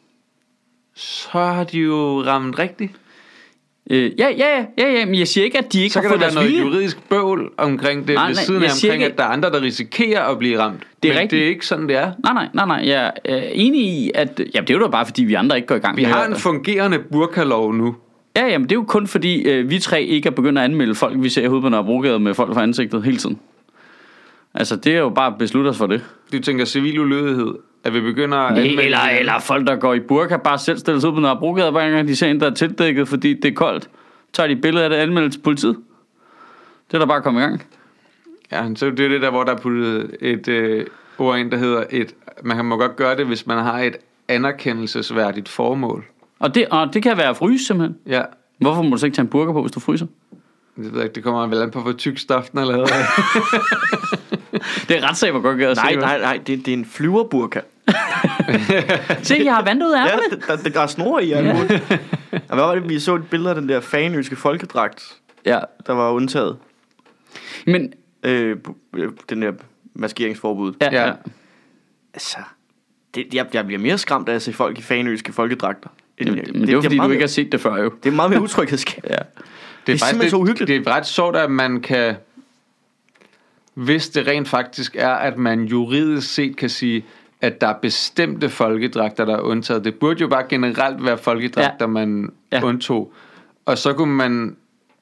S3: Så har de jo ramt rigtigt.
S1: Øh, ja, ja, ja, ja, men jeg siger ikke, at de ikke
S3: så
S1: har fået deres vilje.
S3: Så kan der være noget juridisk bøvl omkring det, nej, ved nej, siden af omkring, ikke, at der er andre, der risikerer at blive ramt. Det er men rigtigt. Det er ikke sådan, det er.
S1: Nej, nej, nej, nej. Jeg er enig i, at ja, det er jo da bare, fordi vi andre ikke går i gang.
S3: Vi har en fungerende burkalov nu.
S1: Ja, jamen det er jo kun fordi, øh, vi tre ikke er begyndt at anmelde folk, vi ser herude på Nørrebrogade med folk for ansigtet hele tiden. Altså, det er jo bare at beslutte os for det.
S3: Du tænker civil ulydighed, at vi begynder at
S1: anmelde... Eller, eller folk, der går i burka, bare selv stiller sig ud på Nørrebrogade, hver gang de ser en, der er tildækket, fordi det er koldt. Tager de billeder af det, anmelder til politiet. Det er der bare kommet i gang.
S3: Ja, så det er det der, hvor der er puttet et øh, ord ind, der hedder et... Man kan må godt gøre det, hvis man har et anerkendelsesværdigt formål. Og det,
S1: og det kan være at fryse, simpelthen.
S3: Ja.
S1: Hvorfor må du så ikke tage en burka på, hvis du fryser?
S3: Det ved jeg ikke, det kommer vel an på, hvor tyk stoften er lavet af.
S1: Det er ret sag, hvor godt gør at
S2: Nej, nej, nej, det, det er en flyverburka.
S1: Se, jeg har vandet ud af
S2: ærmerne. Ja, der, der, der er snor i ærmerne. Ja. Og hvad var det, vi så et billede af den der fanøske folkedragt,
S1: ja.
S2: der var undtaget.
S1: Men
S2: øh, den der maskeringsforbud.
S1: Ja, ja.
S2: Altså, det, jeg, jeg bliver mere skræmt af at se folk i fanøske folkedragter.
S1: Men, men det, det er jo fordi, du ikke har set det før jo.
S2: Det er meget mere utryghedsskab.
S1: Ja.
S3: Det er, det er simpelthen
S2: det, så uhyggeligt.
S3: Det er ret sjovt, at man kan, hvis det rent faktisk er, at man juridisk set kan sige, at der er bestemte folkedragter, der er undtaget. Det burde jo bare generelt være folkedragter, ja. man ja. undtog. Og så kunne man,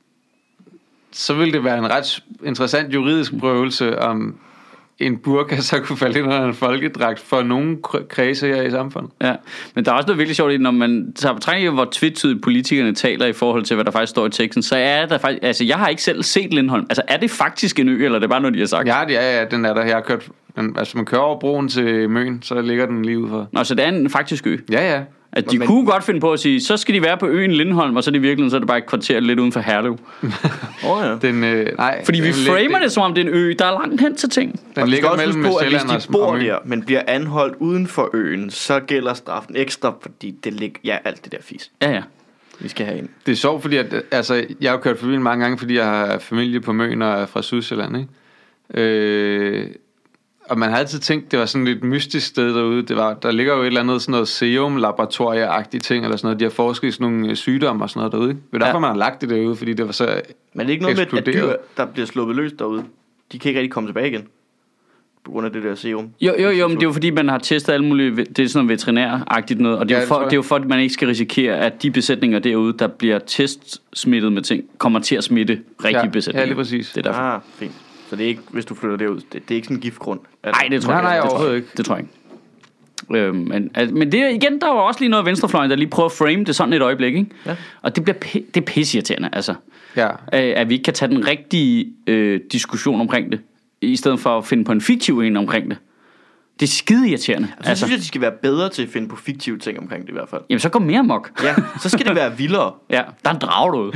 S3: så ville det være en ret interessant juridisk prøvelse, om en burka så kunne falde ind under en folkedragt for nogle kredse her i samfundet.
S1: Ja, men der er også noget virkelig sjovt i, når man tager betragtning af, hvor tvetydigt politikerne taler i forhold til, hvad der faktisk står i teksten, så er der faktisk, altså jeg har ikke selv set Lindholm. Altså er det faktisk en ø, eller er det bare noget, de har sagt?
S3: Ja, ja, ja, den er der. Jeg har kørt, altså man kører over broen til Møn, så ligger den lige ude for.
S1: Nå, så det er en faktisk ø?
S3: Ja, ja.
S1: At de men, kunne godt finde på at sige, så skal de være på øen Lindholm, og så er det virkelig, så er det bare et kvarter lidt uden for Herlev.
S2: oh, ja.
S3: den, øh, nej,
S1: Fordi vi framer det, som om det er en ø, der er langt hen til ting.
S2: Den og ligger mellem på, at hvis de bor der, men bliver anholdt uden for øen, så gælder straffen ekstra, fordi det ligger, ja, alt det der fisk.
S1: Ja, ja.
S2: Vi skal have en.
S3: Det er sjovt, fordi at, altså, jeg har kørt forbi mange gange, fordi jeg har familie på Møn og er fra Sydsjælland, ikke? Øh, og man har altid tænkt, det var sådan et mystisk sted derude. Det var, der ligger jo et eller andet sådan noget serum-laboratorie-agtige ting, eller sådan noget. De har forsket i sådan nogle sygdomme og sådan noget derude, ikke? Det er derfor, ja. Man har lagt det derude, fordi det var så
S2: men det er ikke noget eksploderet. Med, at dyr, der bliver sluppet løs derude, de kan ikke rigtig komme tilbage igen. På grund af det der serum.
S1: Jo, jo, jo, men det er jo fordi, man har testet alle mulige, det er sådan noget veterinæragtigt noget, og det er, ja, jo for, det er jo for, at man ikke skal risikere, at de besætninger derude, der bliver testsmittet med ting, kommer til at smitte rigtige ja, besætninger.
S3: Ja, lige præcis.
S2: Det er derfor. Ah, fint. Så det er ikke, hvis du flytter derud, det, det er ikke sådan en giftgrund?
S1: Nej, det tror jeg,
S3: nej, nej,
S1: det tror jeg
S3: ikke.
S1: Det tror jeg ikke. Øhm, men, altså, men det igen, der var også lige noget af venstrefløjen, der lige prøver at frame det sådan et øjeblik, ikke? Ja. Og det bliver p- det er pisseirriterende, altså. Ja. At vi ikke kan tage den rigtige øh, diskussion omkring det, i stedet for at finde på en fiktiv en omkring det. Det er skide irriterende.
S2: Altså, altså. Jeg synes, at de skal være bedre til at finde på fiktive ting omkring det i hvert fald.
S1: Jamen, så går mere mok.
S2: Ja, så skal det være vildere.
S1: Ja, der er en drage derude.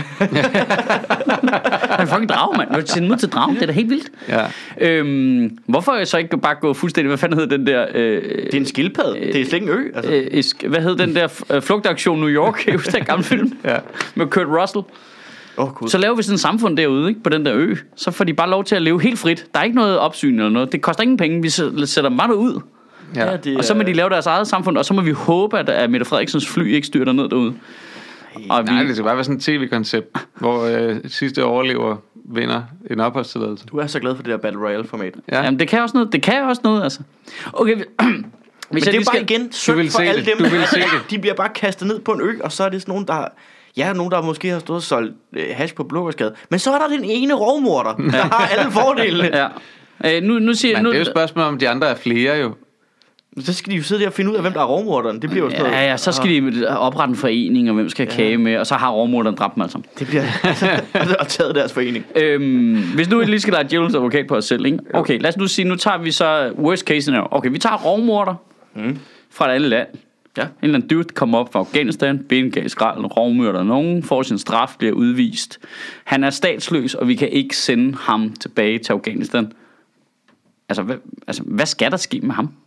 S1: Der er en fucking drage, mand. Du skal ud til dragen, det er da helt vildt. Ja. Øhm, hvorfor så ikke bare gå fuldstændig, hvad fanden hedder den der... Øh,
S2: det er en skildpadde, øh, det er slet ikke en ø. Altså.
S1: Øh, hvad hed den der uh, flugtaktion New York? Jeg husker den gamle film ja. Med Kurt Russell. Oh, cool. Så laver vi sådan et samfund derude, ikke, på den der ø. Så får de bare lov til at leve helt frit. Der er ikke noget opsyn eller noget. Det koster ingen penge. Vi sætter dem bare ud. Ja. Ja, det, og så må de lave deres eget samfund. Og så må vi håbe, at Mette Frederiksens fly ikke styrter ned derude.
S3: Og nej, vi... det skal bare være sådan et tv-koncept, hvor øh, sidste overlever vinder en opholdstilladelse.
S2: Du er så glad for det der Battle Royale-format.
S1: Ja. Jamen, det kan også noget. Det kan også noget, altså. Okay, hvis
S2: men det er bare skal... igen synd for alle dem,
S3: du vil se
S2: det. De bliver bare kastet ned på en ø, og så er det sådan nogen, der... Ja, nogen, der måske har stået og solgt øh, hash på Blågårdsgade. Men så er der den ene rovmorder, der har alle fordelene. Ja.
S1: Øh, nu, nu siger,
S3: men
S1: nu,
S3: det er jo spørgsmål om, de andre er flere jo.
S2: Så skal de jo sidde der og finde ud af, hvem der er rovmorderen. Det bliver jo sådan noget.
S1: Ja, ja, så skal de oprette en forening, og hvem skal ja. Kage med, og så har rovmorderen dræbt dem altså.
S2: Det bliver og taget deres forening.
S1: Øhm, hvis nu lige skal lade djævelens advokat på os selv, ikke? Okay, lad os nu sige, nu tager vi så worst case scenario. Okay, vi tager rovmorder mm. fra et andet land. Ja. En eller anden dude kommer op fra Afghanistan, bengav skrald, rovmørder nogen, får sin straf, bliver udvist. Han er statsløs, og vi kan ikke sende ham tilbage til Afghanistan. Altså, hvad, altså, hvad skal der ske med ham?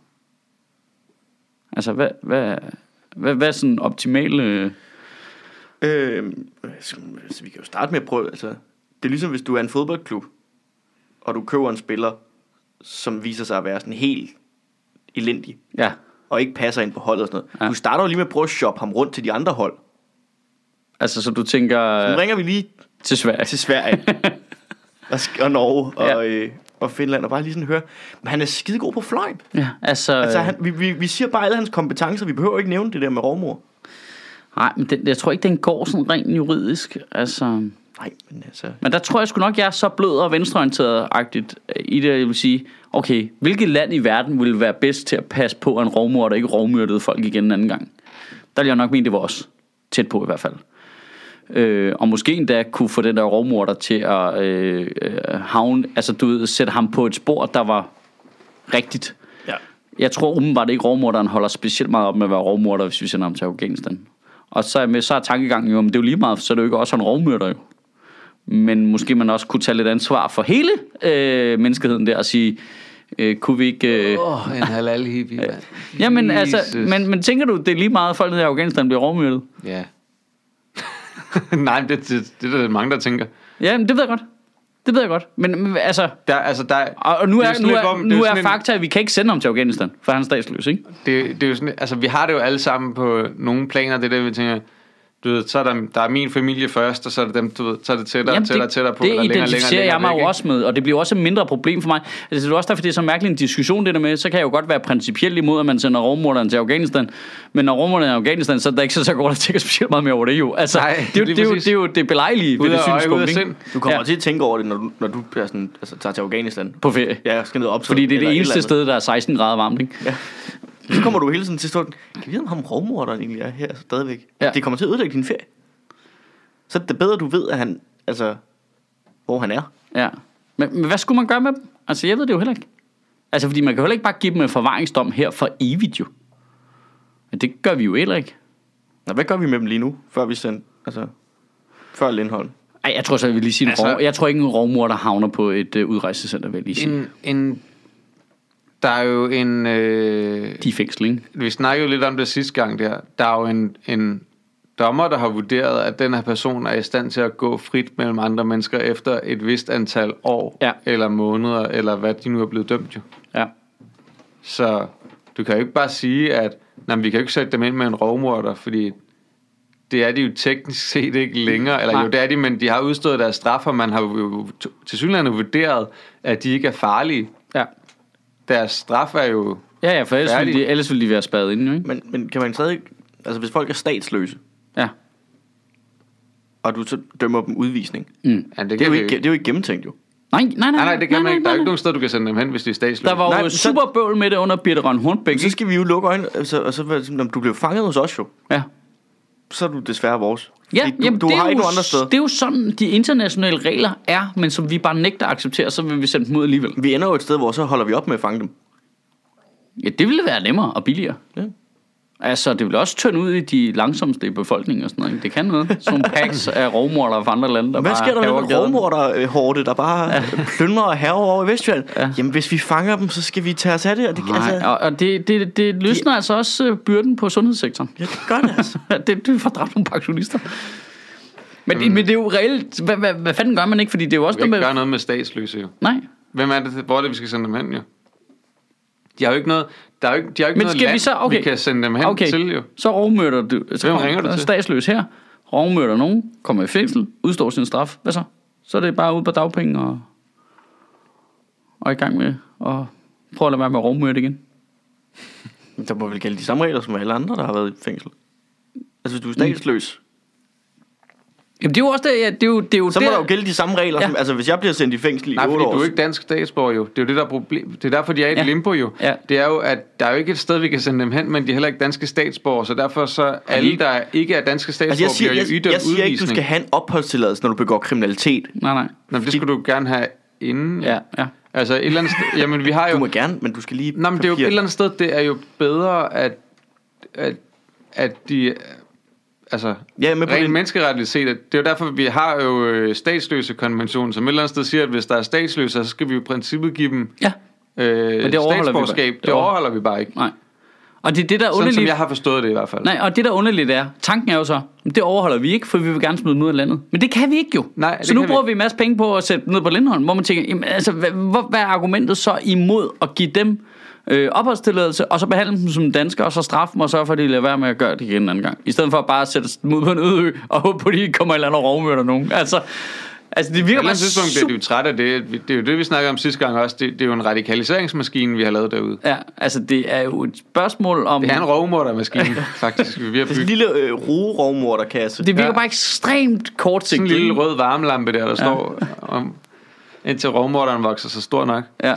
S1: Altså, hvad, hvad, hvad, hvad er sådan optimale...
S2: Øh, altså, vi kan jo starte med at prøve... Altså, det er ligesom, hvis du er en fodboldklub, og du køber en spiller, som viser sig at være sådan helt elendig. Ja. Og ikke passer ind på holdet og sådan noget. Ja. Du starter jo lige med at prøve at shoppe ham rundt til de andre hold.
S1: Altså, så du tænker...
S2: Så ringer vi lige
S1: til Sverige.
S2: Til Sverige. og, og Norge og, ja. øh, og Finland. Og bare lige sådan høre. Men han er skidegod på fløjen.
S1: Ja, altså...
S2: altså han, vi, vi, vi siger bare alle hans kompetencer. Vi behøver ikke nævne det der med rovmor.
S1: Nej, men den, jeg tror ikke, den går sådan rent juridisk. Altså...
S2: Nej, men altså...
S1: Men der tror jeg sgu nok, jeg er så blød og venstreorienteret-agtigt i det, jeg vil sige... Okay, hvilket land i verden ville være bedst til at passe på, at en rovmorder der ikke rovmyrdede folk igen en anden gang? Der vil jeg nok mene, det var os. Tæt på i hvert fald. Øh, og måske endda kunne få den der rovmorder til at øh, havne, altså du ved, sætte ham på et spor, der var rigtigt. Ja. Jeg tror umiddelbart ikke, rovmorderen holder specielt meget op med at være rovmorder, hvis vi sender ham til Afghanistan. Og så er, med, så er tankegangen jo, men det er jo lige meget, så er det jo ikke også en rovmorder jo. Men måske man også kunne tage lidt ansvar for hele øh, menneskeheden der og sige, øh, kunne vi ikke...
S3: Åh, øh, oh, en halal hippie, mand.
S1: Ja, men altså, men, men tænker du, det er lige meget, at folk nede i Afghanistan bliver rovmyrdet?
S3: Ja. Nej, det, det, det er der mange, der tænker.
S1: Ja, men det ved jeg godt. Det ved jeg godt. Men, men altså...
S3: Der, altså der,
S1: og nu er, er, nu er, om, nu er, er fakta, at vi kan ikke sende ham til Afghanistan, for han er statsløs, ikke?
S3: Det, det er jo sådan, altså vi har det jo alle sammen på nogle planer, det der, vi tænker... Du ved, så er der, der er min familie først, og så er det dem, du ved, så er det tættere og tættere, tættere på.
S1: Det identificerer længere, længere, længere, jeg mig jo også med, og det bliver også et mindre problem for mig. Altså, det er også derfor, det er så mærkelig en diskussion, det der med, så kan jeg jo godt være principielt imod, at man sender rovmorderen til Afghanistan, men når rovmorderen er i Afghanistan, så er der ikke så, så godt at tænke specielt meget mere over det jo. Altså, Nej, det, det, det, er jo, det er jo det belejlige ved det synspunkt.
S2: Du kommer ja. til at tænke over det, når du, når du er sådan, altså, tager til Afghanistan.
S1: På ferie.
S2: Ja, skal ned og optræde.
S1: Fordi det er det eneste sted, der er seksten grader varmt, ikke? Ja.
S2: Så kommer du hele tiden til stort. Kan vi vide, om ham rovmorderen egentlig er her stadigvæk? Ja. Det kommer til at ødelægge din ferie. Så det er bedre, du ved, at han, altså, hvor han er.
S1: Ja. Men, men hvad skulle man gøre med dem? Altså, jeg ved det jo heller ikke. Altså, fordi man kan heller ikke bare give dem en forvaringsdom her for evigt, jo. Men det gør vi jo heller ikke.
S2: Nå, hvad gør vi med dem lige nu, før vi sender, altså, før Lindholm?
S1: Ej, jeg tror så, jeg vil lige sige altså, en Jeg tror ikke, en rovmor, der havner på et uh, udrejsecenter, vil jeg lige sige.
S3: En, en, der er jo en... Øh,
S1: De fængsling.
S3: Vi snakkede jo lidt om det sidste gang der. Der er jo en, en dommer, der har vurderet, at den her person er i stand til at gå frit mellem andre mennesker efter et vist antal år, ja. eller måneder, eller hvad de nu er blevet dømt jo.
S1: Ja.
S3: Så du kan jo ikke bare sige, at nej, vi kan jo ikke sætte dem ind med en rovmorder, fordi det er de jo teknisk set ikke længere. Eller Nej. jo, det er de, men de har udstået deres straf, og man har jo tilsyneladende vurderet, at de ikke er farlige.
S1: Ja.
S3: Deres straf er jo
S1: Ja, ja, for ellers ville, de, ellers ville de være spadet inde, ikke?
S2: Men, men kan man stadig... Altså, hvis folk er statsløse...
S1: Ja.
S2: Og du så dømmer dem udvisning...
S3: Mm. Ja, det,
S2: det, er jo ikke, det er jo ikke gennemtænkt, jo.
S1: Nej, nej, nej.
S3: Nej, nej, det kan nej, man ikke. Der er jo ikke nogen sted, du kan sende dem hen, hvis de er statsløse.
S1: Der var
S2: nej,
S1: jo super bøvl med det under Birthe Rønn Hornbæk.
S2: Så skal vi jo lukke øjnene, altså, og så når du blev fanget hos os jo.
S1: Ja.
S2: Så er du desværre vores.
S1: Ja,
S2: du,
S1: jamen,
S2: du
S1: det,
S2: har
S1: er
S2: ikke
S1: jo,
S2: nogen andre steder.
S1: Det er jo sådan, de internationale regler er, men som vi bare nægter at acceptere, så vil vi sende dem ud alligevel.
S2: Vi ender jo et sted, hvor så holder vi op med at fange dem.
S1: Ja, det ville være nemmere og billigere.
S2: Ja.
S1: Altså, det vil også tørne ud i de langsomste i befolkningen og sådan noget. Det kan noget. Sådan packs af rovmordere fra andre lande, der
S2: hvad
S1: bare
S2: sker der med den rovmorderhårde, der bare ja. plyndrer og hærger over i Vestjylland? Ja. Jamen, hvis vi fanger dem, så skal vi tage os af det. Og det,
S1: Nej,
S2: altså,
S1: og det, det, det løsner de... altså også byrden på sundhedssektoren.
S2: Ja, det gør det altså.
S1: det, det får dræbt nogle pensionister. Men, mm. det, men det er jo reelt. Hvad, hvad, hvad fanden gør man ikke? Fordi det er jo også
S3: noget
S1: med...
S3: gøre noget med statsløse jo.
S1: Nej.
S3: Hvem er det, hvor er det, vi skal sende dem hen jo? De har jo ikke noget, der er jo ikke, de har jo ikke
S1: men
S3: noget land, vi, så, okay. vi kan sende dem hen
S1: okay.
S3: til jo.
S1: Så rovmørder du. Så
S3: Hvem ringer du til?
S1: Statsløs her. Rovmørder nogen, kommer i fængsel, udstår sin straf. Hvad så? Så er det bare ude på dagpenge og, og i gang med at prøve at lade være med at rovmørde igen.
S2: Der må vel gælde de samme regler som alle andre, der har været i fængsel. Altså hvis du er statsløs.
S1: Jamen det er jo også det, ja, det er jo, det er jo
S2: så må
S1: der...
S2: der jo gælde de samme regler, ja. som, altså hvis jeg bliver sendt i fængsel i
S3: Nej,
S2: otte år.
S3: Nej, du er ikke dansk statsborger jo. Det er jo det der problem. Det er derfor de er i et ja. limbo jo. Ja. Det er jo at der er jo ikke et sted vi kan sende dem hen, men de er heller ikke danske statsborgere, så derfor så alle der ikke er danske statsborgere altså, bliver jo idømt udvisning. Jeg siger ikke du skal have en opholdstilladelse når du begår kriminalitet.
S1: Nej nej.
S3: Nå, det skulle du gerne have inden.
S1: Ja, ja.
S3: Altså et eller andet sted, jamen vi har jo
S2: du må gerne, men du skal lige
S3: nej, men det er jo et eller andet sted det er jo bedre at at at de altså, ja, rent den... menneskeretligt set, det er jo derfor, vi har jo statsløse konventionen, som et eller andet sted siger, at hvis der er statsløse, så skal vi jo i princippet give dem
S1: ja.
S3: øh,
S1: Men det
S3: statsborgerskab. Det, det overholder vi bare ikke.
S1: Nej. Og det er det, der er underligt.
S3: Sådan som jeg har forstået det i hvert fald.
S1: Nej, og det der underligt er, tanken er jo så, det overholder vi ikke, for vi vil gerne smide dem ud af landet. Men det kan vi ikke jo.
S3: Nej,
S1: så nu bruger vi en masse penge på at sætte ned på Lindholm, hvor man tænker, jamen, altså, hvad, hvad er argumentet så imod at give dem Øh, opholdstilladelse, og så behandle dem som danskere, og så straffe dem, og sørge for, at de lader være med at gøre det igen en anden gang. I stedet for at bare sætte dem ud på en øde ø, og håbe på, at de ikke kommer i land og rovmørder nogen. Altså, altså det virker bare
S3: super... Det er jo træt af det. Det er jo det, vi snakkede om sidste gang også. Det, det er jo en radikaliseringsmaskine, vi har lavet derude.
S1: Ja, altså det er jo et spørgsmål om...
S3: Det er en rovmordermaskine, faktisk. Vi er ved at bygge.
S2: Det er en lille øh, roe-rovmorderkasse.
S1: Det virker ja. bare ekstremt kortsigtet.
S3: Sådan en lille rød varmelampe der, der ja. står om, indtil rovmorderen vokser så stor nok.
S1: Ja.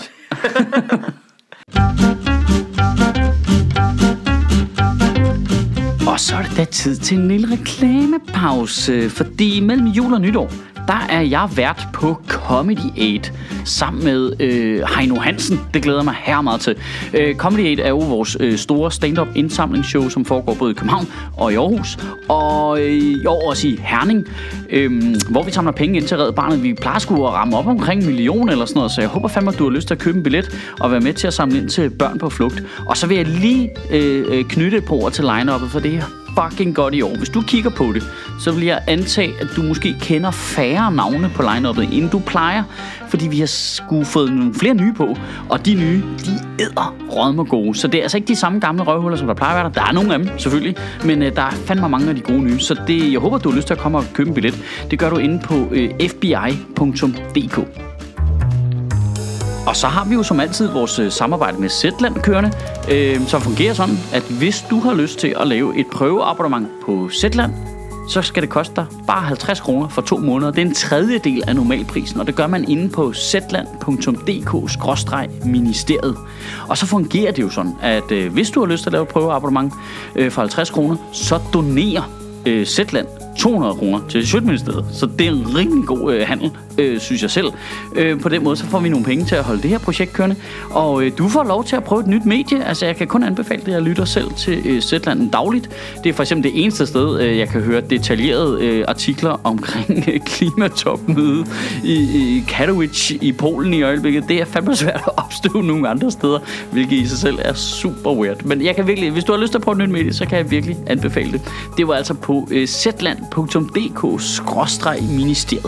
S1: Og så er det da tid til en lille reklamepause, fordi mellem jul og nytår, der er jeg vært på Comedy otte sammen med øh, Heino Hansen. Det glæder mig her meget til. Øh, Comedy otte er jo vores øh, store stand-up indsamlingsshow, som foregår både i København og i Aarhus, og øh, i år også i Herning, øh, hvor vi samler penge ind til Red Barnet. Vi plejer sgu at ramme op omkring en million eller sådan noget, så jeg håber fandme, at du har lyst til at købe en billet og være med til at samle ind til børn på flugt. Og så vil jeg lige øh, knytte et par ord til line-uppet, for det her fucking godt i år. Hvis du kigger på det, så vil jeg antage, at du måske kender færre navne på line-uppet, end du plejer, fordi vi har sgu fået nogle flere nye på, og de nye, de æder rødme gode. Så det er altså ikke de samme gamle røvhuller, som der plejer at være der. Der er nogle af dem, selvfølgelig, men uh, der er fandme mange af de gode nye. Så det, jeg håber, du har lyst til at komme og købe en billet. Det gør du inde på uh, f b i punktum d k. Og så har vi jo som altid vores øh, samarbejde med Zetland kørende, øh, som fungerer sådan, at hvis du har lyst til at lave et prøveabonnement på Zetland, så skal det koste dig bare halvtreds kroner for to måneder. Det er en tredjedel af normalprisen, og det gør man inde på zetland punktum d k skråstreg ministeriet. Og så fungerer det jo sådan, at øh, hvis du har lyst til at lave et prøveabonnement øh, for halvtreds kroner, så donerer øh, Zetland to hundrede kroner til Sjøtministeriet. Så det er en rigtig god øh, handel. øh, synes jeg selv. Øh, på den måde, så får vi nogle penge til at holde det her projekt kørende. Og øh, du får lov til at prøve et nyt medie. Altså, jeg kan kun anbefale det, jeg lytter selv til øh, Zetland dagligt. Det er for eksempel det eneste sted, øh, jeg kan høre detaljerede øh, artikler omkring øh, klimatopmøde i, i Katowice i Polen i øjeblikket. Det er fandme svært at opstøve nogle andre steder, hvilket i sig selv er super weird. Men jeg kan virkelig, hvis du har lyst til at prøve et nyt medie, så kan jeg virkelig anbefale det. Det var altså på øh, zetland punktum d k skråstreg ministeriet.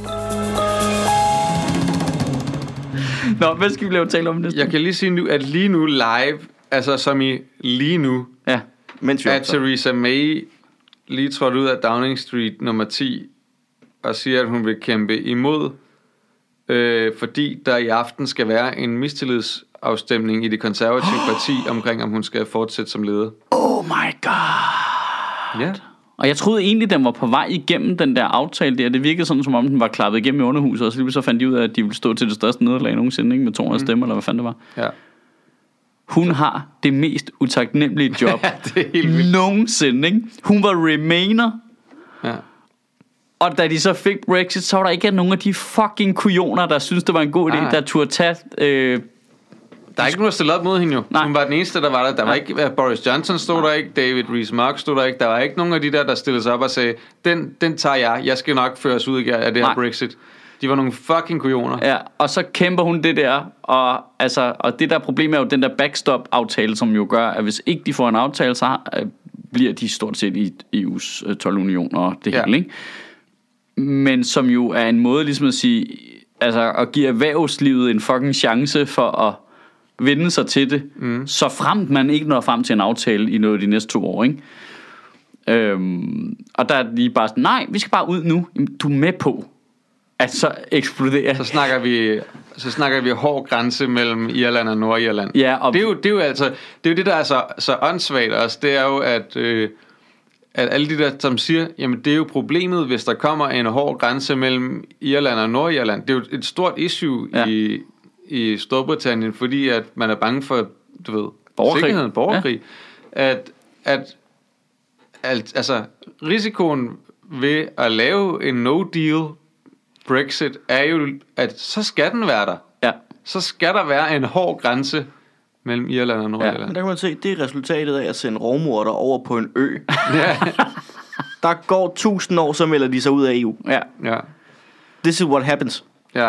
S1: Nå, hvad skal vi lave tale om næste?
S3: Jeg kan lige sige nu, at lige nu live, altså som i lige nu,
S1: ja.
S3: Mens vi er Theresa May lige trådt ud af Downing Street nummer ti og siger, at hun vil kæmpe imod, øh, fordi der i aften skal være en mistillidsafstemning i det konservative parti omkring, om hun skal fortsætte som leder.
S1: Oh my god.
S3: Ja.
S1: Og jeg troede egentlig, den var på vej igennem den der aftale der. Det virkede sådan, som om den var klappet igennem i underhuset, og så lige så fandt de ud af, at de ville stå til det største nederlag nogensinde, ikke? Med to hundrede mm. stemmer, eller hvad fanden det var.
S3: Ja.
S1: Hun har det mest utaknemmelige job
S3: ja, det er helt vildt.
S1: Nogensinde, ikke? Hun var remainer.
S3: Ja.
S1: Og da de så fik Brexit, så var der ikke nogen af de fucking kujoner, der synes det var en god idé, ah, der turde tage... Øh,
S3: der er ikke nogen, der stillede op mod hende jo.
S1: Nej.
S3: Hun var den eneste, der var der. Der var ikke, Boris Johnson stod der ikke, David Rees-Mogg stod der ikke. Der var ikke nogen af de der, der stillede sig op og sagde, den, den tager jeg. Jeg skal nok føres ud af det her Nej. Brexit. De var nogle fucking kujoner.
S1: Ja, og så kæmper hun det der. Og, altså, og det der problem er jo den der backstop-aftale, som jo gør, at hvis ikke de får en aftale, så øh, bliver de stort set i E U's øh, toldunion og det ja. hele, ikke? Men som jo er en måde ligesom at sige, altså at give erhvervslivet en fucking chance for at vende sig til det, mm. så fremt man ikke når frem til en aftale i noget af de næste to år, ikke? Øhm, og der er de bare sådan, nej, vi skal bare ud nu. Du er med på at så eksploderer.
S3: Så snakker vi, så snakker vi hård grænse mellem Irland og Nordirland.
S1: Ja, og
S3: det er jo det er jo altså det er jo det der er så så åndssvagt også. Det er jo at øh, at alle de der som siger, jamen det er jo problemet, hvis der kommer en hård grænse mellem Irland og Nordirland. Det er jo et stort issue ja. i i Storbritannien, fordi at man er bange for, du ved,
S1: borgerkrig.
S3: sikkerheden, borgerkrig, ja. at, at, at altså risikoen ved at lave en no-deal Brexit er jo, at så skal den være der.
S1: Ja.
S3: Så skal der være en hård grænse mellem Irland og Nordirland. Ja,
S2: men der kan man se, det er resultatet af at sende rovmorder over på en ø. Ja. Der går tusind år, så melder de sig ud af E U.
S1: Ja.
S3: Ja.
S2: This is what happens.
S3: Ja.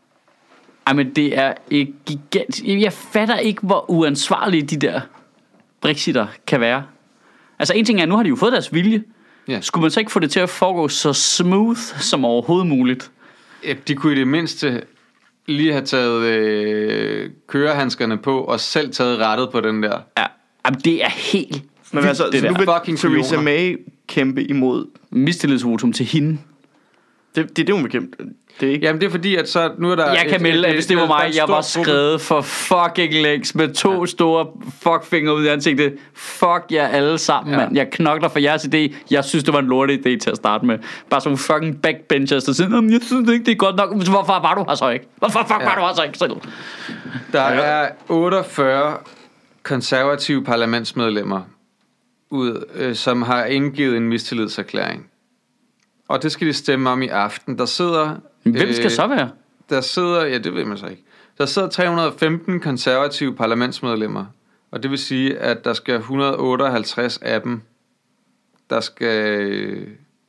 S1: Ej, men det er et gigant. Jeg fatter ikke, hvor uansvarlige de der Brexiter kan være. Altså en ting er, nu har de jo fået deres vilje. Ja. Skulle man så ikke få det til at foregå så smooth som overhovedet muligt?
S3: Ja, de kunne i det mindste lige have taget øh, kørehandskerne på og selv taget rettet på den der.
S1: Ja, jamen, det er helt
S2: men
S1: vildt,
S2: altså,
S1: det
S2: så
S1: der.
S2: Nu vil Theresa May kæmpe imod
S1: mistillidsvotum til hende.
S2: Det, det er det, hun vil kæmpe. Det er ikke.
S3: Jamen det er fordi at så nu er der.
S1: Jeg kan melde, at hvis det var mig, jeg var skrevet for fucking længs med to ja. store fuckfinger ud i ansigtet. Fuck jer alle sammen, ja. mand. Jeg knokler for jeres idé. Jeg synes det var en lorte idé til at starte med. Bare sådan fucking backbenchers der siger, jeg synes ikke det er godt nok. Hvorfor var du her så ikke? Hvorfor fuck ja. var du her så ikke selv?
S3: Der er otteogfyrre konservative parlamentsmedlemmer ud, øh, som har indgivet en mistillidserklæring. Og det skal de stemme om i aften. Der sidder...
S1: Hvem skal øh, så være?
S3: Der sidder... Ja, det ved man så ikke. Der sidder tre hundrede og femten konservative parlamentsmedlemmer. Og det vil sige, at der skal et hundrede og otteoghalvtreds af dem, der skal...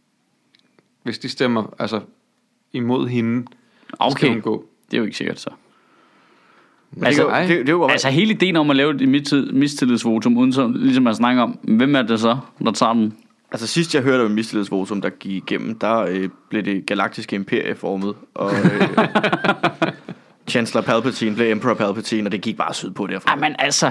S3: Hvis de stemmer altså imod hende,
S1: okay.
S3: skal hun gå.
S1: Det er jo ikke sikkert så.
S2: Altså, det, det, det jo
S1: altså hele ideen om at lave et mistillidsvotum, uden så ligesom man snakker om, hvem er det så, der tager den?
S2: Altså sidst jeg hørte om mistillidsvotum, der gik igennem, der øh, blev det galaktiske imperie formet, og øh, Chancellor Palpatine blev Emperor Palpatine, og det gik bare sydpå derfra.
S1: Ej, men altså,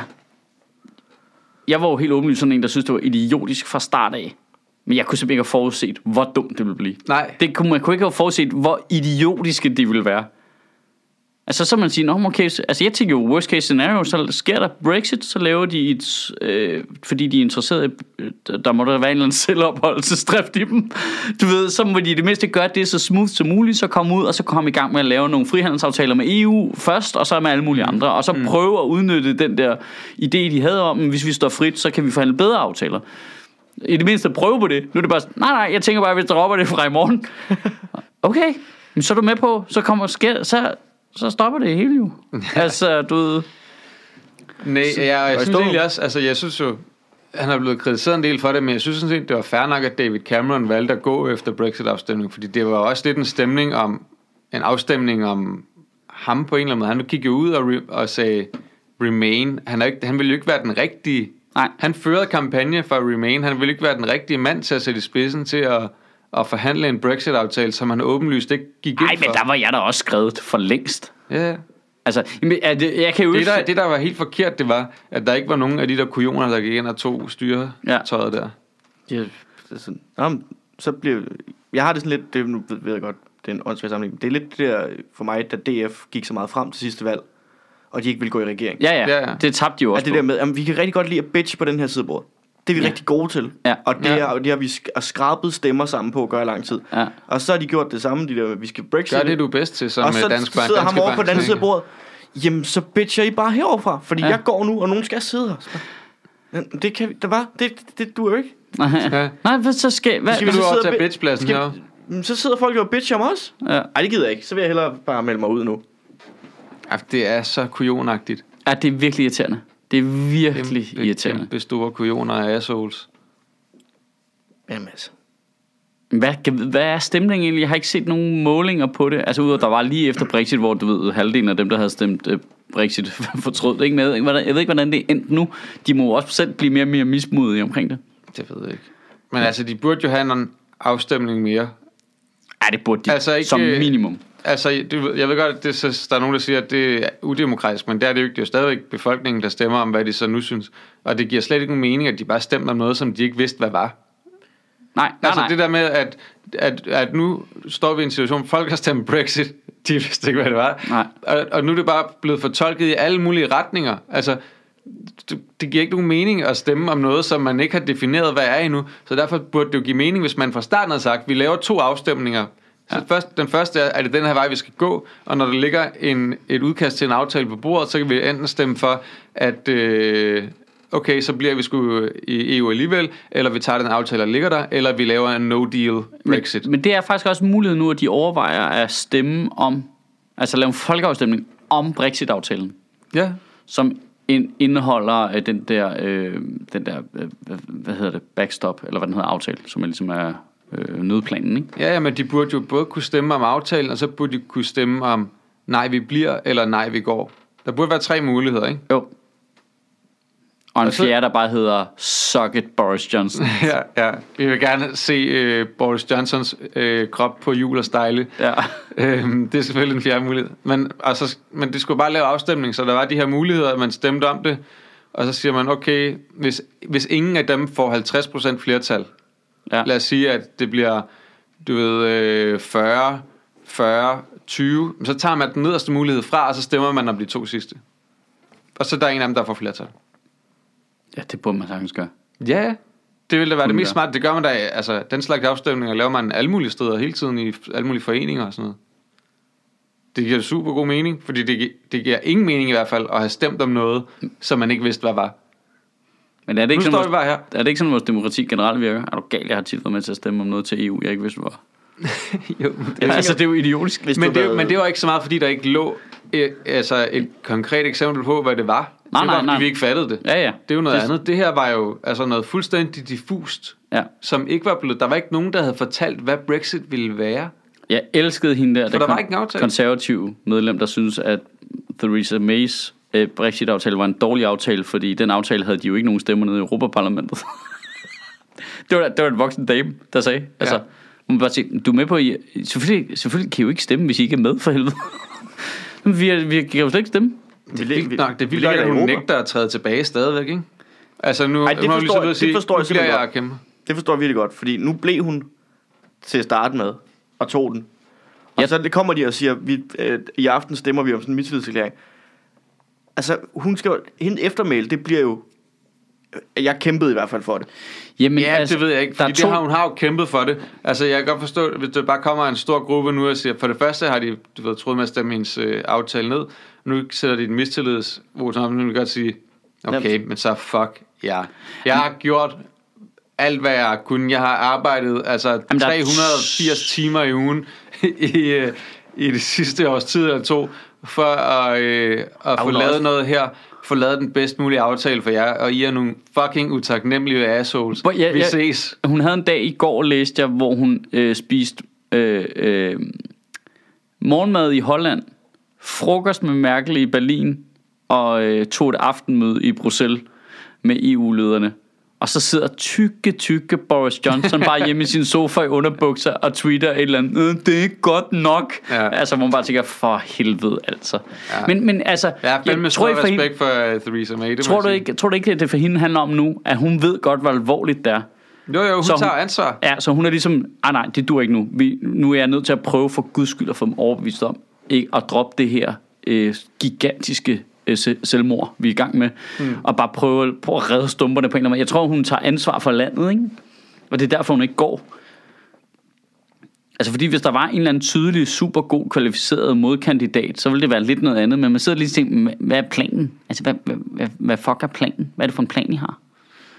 S1: jeg var jo helt åbenlyst sådan en, der synes det var idiotisk fra start af. Men jeg kunne simpelthen ikke have forudset, hvor dumt det ville blive.
S3: Nej.
S1: Det kunne, man kunne ikke have forudset, hvor idiotiske de ville være. Altså så man siger, okay, altså jeg tænker jo worst case scenario, så sker der Brexit, så laver de et, øh, fordi de er interesserede, der må der være en eller anden selvopholdelsesdrift i dem. Du ved, så må de det mindste gøre det så smooth som muligt, så komme ud og så komme i gang med at lave nogle frihandelsaftaler med E U først, og så med alle mulige andre, og så mm. prøve at udnytte den der idé, de havde om, hvis vi står frit, så kan vi forhandle bedre aftaler. I det mindste prøve på det. Nu er det bare, nej nej, jeg tænker bare, hvis der råber det fra i morgen. Okay. Men så er du med på, så kommer sker, så, så stopper det hele jo. Altså, du ved...
S3: Nej, jeg, jeg synes egentlig også, altså jeg synes jo, han er blevet kritiseret en del for det, men jeg synes sådan set, det var fair nok, at David Cameron valgte at gå efter Brexit-afstemningen, fordi det var også lidt en stemning om, en afstemning om ham på en eller anden måde. Han gik jo ud og, re- og sagde Remain. Han, er ikke, han ville jo ikke være den rigtige.
S1: Nej.
S3: Han førte kampagne for Remain. Han ville ikke være den rigtige mand til at sætte i spidsen til at, at forhandle en Brexit-aftale, som han åbenlyst ikke gik ind for.
S1: Nej, men der var jeg da også skrevet for længst.
S3: Ja.
S1: Altså, jeg kan jo
S3: det, der, det der var helt forkert, det var, at der ikke var nogen af de der kujoner, der gik ind og tog styretøjet der.
S2: Ja, det er sådan, jamen, så bliver... Jeg har det sådan lidt, det, nu ved jeg godt, det er en åndssvær sammenligning. Det er lidt det der for mig, da D F gik så meget frem til sidste valg, og de ikke ville gå i regering.
S1: Ja, ja, ja, ja. Det tabte de jo også.
S2: det der med, jamen, vi kan rigtig godt lide at bitch på den her sidebord. Det er vi ja. rigtig gode til.
S1: Ja.
S2: Og det, ja. er, det har vi skrabet stemmer sammen på at gøre i lang tid.
S1: Ja.
S2: Og så har de gjort det samme, de der, vi skal Brexit.
S3: Gør det, du er bedst til, som
S2: og så
S3: dansk
S2: sidder ham over på den anden side af bordet. Jamen, så bitcher I bare heroverfra, fordi ja. jeg går nu, og nogen skal sidde her. Det kan vi, det var, det, det, det duer jo ikke.
S1: Nej, ja. Nej, hvad så skal... Hvad,
S3: skal vi nu optage bitchpladsen her?
S2: Så sidder folk jo og bitcher om os.
S1: Ja.
S2: Ej, det gider jeg ikke. Så vil jeg hellere bare melde mig ud nu.
S3: Ja, det er så kujonagtigt.
S1: Ja, det er virkelig irriterende. Det er virkelig
S3: kæmpe,
S1: irriterende.
S3: Kæmpe store kujoner af assholes.
S2: Jamen altså.
S1: Hvad, hvad er stemningen egentlig? Jeg har ikke set nogen målinger på det. Altså udover der var lige efter Brexit, hvor du ved, halvdelen af dem, der havde stemt uh, Brexit, fortrød det ikke med. Jeg ved ikke, hvordan det er endt nu. De må også selv blive mere og mere mismodige omkring det.
S3: Det ved jeg ikke. Men altså, de burde jo have en afstemning mere.
S1: Ja, det burde de,
S3: altså ikke,
S1: som minimum.
S3: Altså, du, jeg ved godt, at det, så, der er nogen, der siger, at det er udemokratisk, men det er det jo ikke. Det er jo stadigvæk befolkningen, der stemmer om, hvad de så nu synes. Og det giver slet ikke nogen mening, at de bare stemmer om noget, som de ikke vidste, hvad var.
S1: Nej, nej,
S3: altså
S1: nej.
S3: det der med, at, at, at nu står vi i en situation, hvor folk har stemt Brexit, de vidste ikke, hvad det var.
S1: Nej.
S3: Og, og nu er det bare blevet fortolket i alle mulige retninger. Altså, det giver ikke nogen mening at stemme om noget, som man ikke har defineret, hvad er endnu. Så derfor burde det jo give mening, hvis man fra starten havde sagt, vi laver to afstemninger. Så ja. først, den første er, er det den her vej, vi skal gå, og når der ligger en, et udkast til en aftale på bordet, så kan vi enten stemme for, at øh, okay, så bliver vi sgu i E U alligevel, eller vi tager den aftale, der ligger der, eller vi laver en no-deal Brexit.
S1: Men, men det er faktisk også mulighed nu, at de overvejer at stemme om, altså lave en folkeafstemning om Brexit-aftalen.
S3: Ja.
S1: Som in, indeholder øh, den der, øh, den der øh, hvad hedder det, backstop, eller hvad den hedder, aftale, som er ligesom er øh, nødplanen, ikke?
S3: Ja, ja, men de burde jo både kunne stemme om aftalen, og så burde de kunne stemme om, nej, vi bliver, eller nej, vi går. Der burde være tre muligheder, ikke?
S1: Jo. Og en fjerde, der bare hedder Suck it, Boris Johnson.
S3: ja, ja. Vi vil gerne se uh, Boris Johnsons uh, krop på hjul og stejle.
S1: Ja.
S3: øhm, det er selvfølgelig en fjerde mulighed. Men, altså, men det skulle bare lave afstemning, så der var de her muligheder, at man stemte om det. Og så siger man, okay, hvis, hvis ingen af dem får halvtreds procent flertal, ja. Lad os sige, at det bliver, du ved, øh, fyrre, fyrre, tyve, så tager man den nederste mulighed fra, og så stemmer man om de to sidste. Og så er der en af dem, der får flertal.
S1: Ja, det burde man sagtens gøre.
S3: Ja, det ville da være det mest smart. Det gør man da, altså den slags afstemninger laver man alle mulige steder hele tiden i alle mulige foreninger og sådan noget. Det giver super god mening, fordi det, det giver ingen mening i hvert fald at have stemt om noget, som man ikke vidste, hvad var.
S1: Men er det ikke
S3: nu
S1: sådan,
S3: står vi bare her.
S1: Er det ikke sådan, vores demokrati generelt virker? Er du galt, jeg har tit været med til at stemme om noget til E U, jeg ikke vidste, hvad var?
S2: jo,
S1: det er, altså, det er jo idiotisk.
S3: Men det, men det var ikke så meget, fordi der ikke lå eh, altså et konkret eksempel på, hvad det var.
S1: Nej,
S3: det var,
S1: nej, nej.
S3: vi ikke fattede det.
S1: Ja, ja.
S3: Det er jo noget
S1: det...
S3: andet. Det her var jo altså noget fuldstændig diffust,
S1: ja.
S3: Som ikke var blevet... Der var ikke nogen, der havde fortalt, hvad Brexit ville være.
S1: Jeg elskede hende der,
S3: der,
S1: der
S3: var ikke en aftale.
S1: Konservative medlem, der synes, at Theresa Mays eh, Brexit-aftale var en dårlig aftale, fordi den aftale havde de jo ikke nogen stemmer nede i Europaparlamentet. det, var, det var en voksen dame, der sagde. Altså, ja. Man bare sige, du er med på, I, selvfølgelig, selvfølgelig kan I jo ikke stemme, hvis I ikke er med, for helvede. vi, er, vi kan jo slet ikke stemme.
S3: Det er vildt nok, det er vildt nok, at hun nægter at træde tilbage stadigvæk, ikke? Altså nu,
S2: Ej, det forstår,
S3: nu,
S2: det sige, forstår jeg,
S3: nu jeg at kæmpe.
S2: Det forstår jeg virkelig godt, fordi nu blev hun til at starte med, og tog den. Og ja. Så det kommer de og siger, vi, øh, i aften stemmer vi om sådan en mistillidserklæring. Altså, hun skal hende eftermæl, det bliver jo, jeg kæmpede i hvert fald for det.
S3: Jamen, ja, altså, det ved jeg ikke, fordi to... det har, hun har jo kæmpet for det. Altså, jeg kan godt forstå, hvis der bare kommer en stor gruppe nu og siger, for det første har de, du ved, troet med at stemme hendes øh, aftale ned, nu sætter de en mistillids, hvor så vil godt sige, okay, Jamen. men så fuck, ja. Jeg har gjort alt hvad jeg kunne. Jeg har arbejdet altså Jamen, tre hundrede og firs timer i ugen i, i det sidste års tid eller to, for at, øh, at få lavet noget her, få lavet den bedst mulige aftale for jer, og I er nogle fucking utaknemmelige assholes.
S1: But, ja,
S3: Vi
S1: ja,
S3: ses.
S1: Hun havde en dag i går, læste jeg, hvor hun øh, spiste øh, øh, morgenmad i Holland, frokost med Merkel i Berlin, og øh, tog et aftenmøde i Bruxelles med E U-lederne. Og så sidder tykke, tykke Boris Johnson bare hjemme i sin sofa i underbukser og tweeter et eller andet, øh, det er godt nok. Ja. Altså, hvor man bare tænker, for helvede, altså. Ja. Men, men altså...
S3: Jeg har fandme stor respekt hende, for uh, Theresa May.
S1: Tror du, ikke, tror du ikke, at det for hende handler om nu, at hun ved godt, hvor alvorligt det er?
S3: Jo, jo, hun
S1: så
S3: tager ansvar.
S1: Ja, så hun er ligesom, ah nej, det dur ikke nu. Vi, nu er jeg nødt til at prøve for guds skyld at få dem overbevist om, ikke at droppe det her øh, gigantiske selvmord, vi er i gang med, mm. og bare prøve, prøve at redde stumperne på en eller anden måde. Jeg tror, hun tager ansvar for landet, ikke? Og det er derfor, hun ikke går. Altså, fordi hvis der var en eller anden tydelig, super god, kvalificeret modkandidat, så ville det være lidt noget andet, men man sidder lige og tænker, hvad er planen? Altså, hvad, hvad, hvad, hvad fuck er planen? Hvad er det for en plan, I har?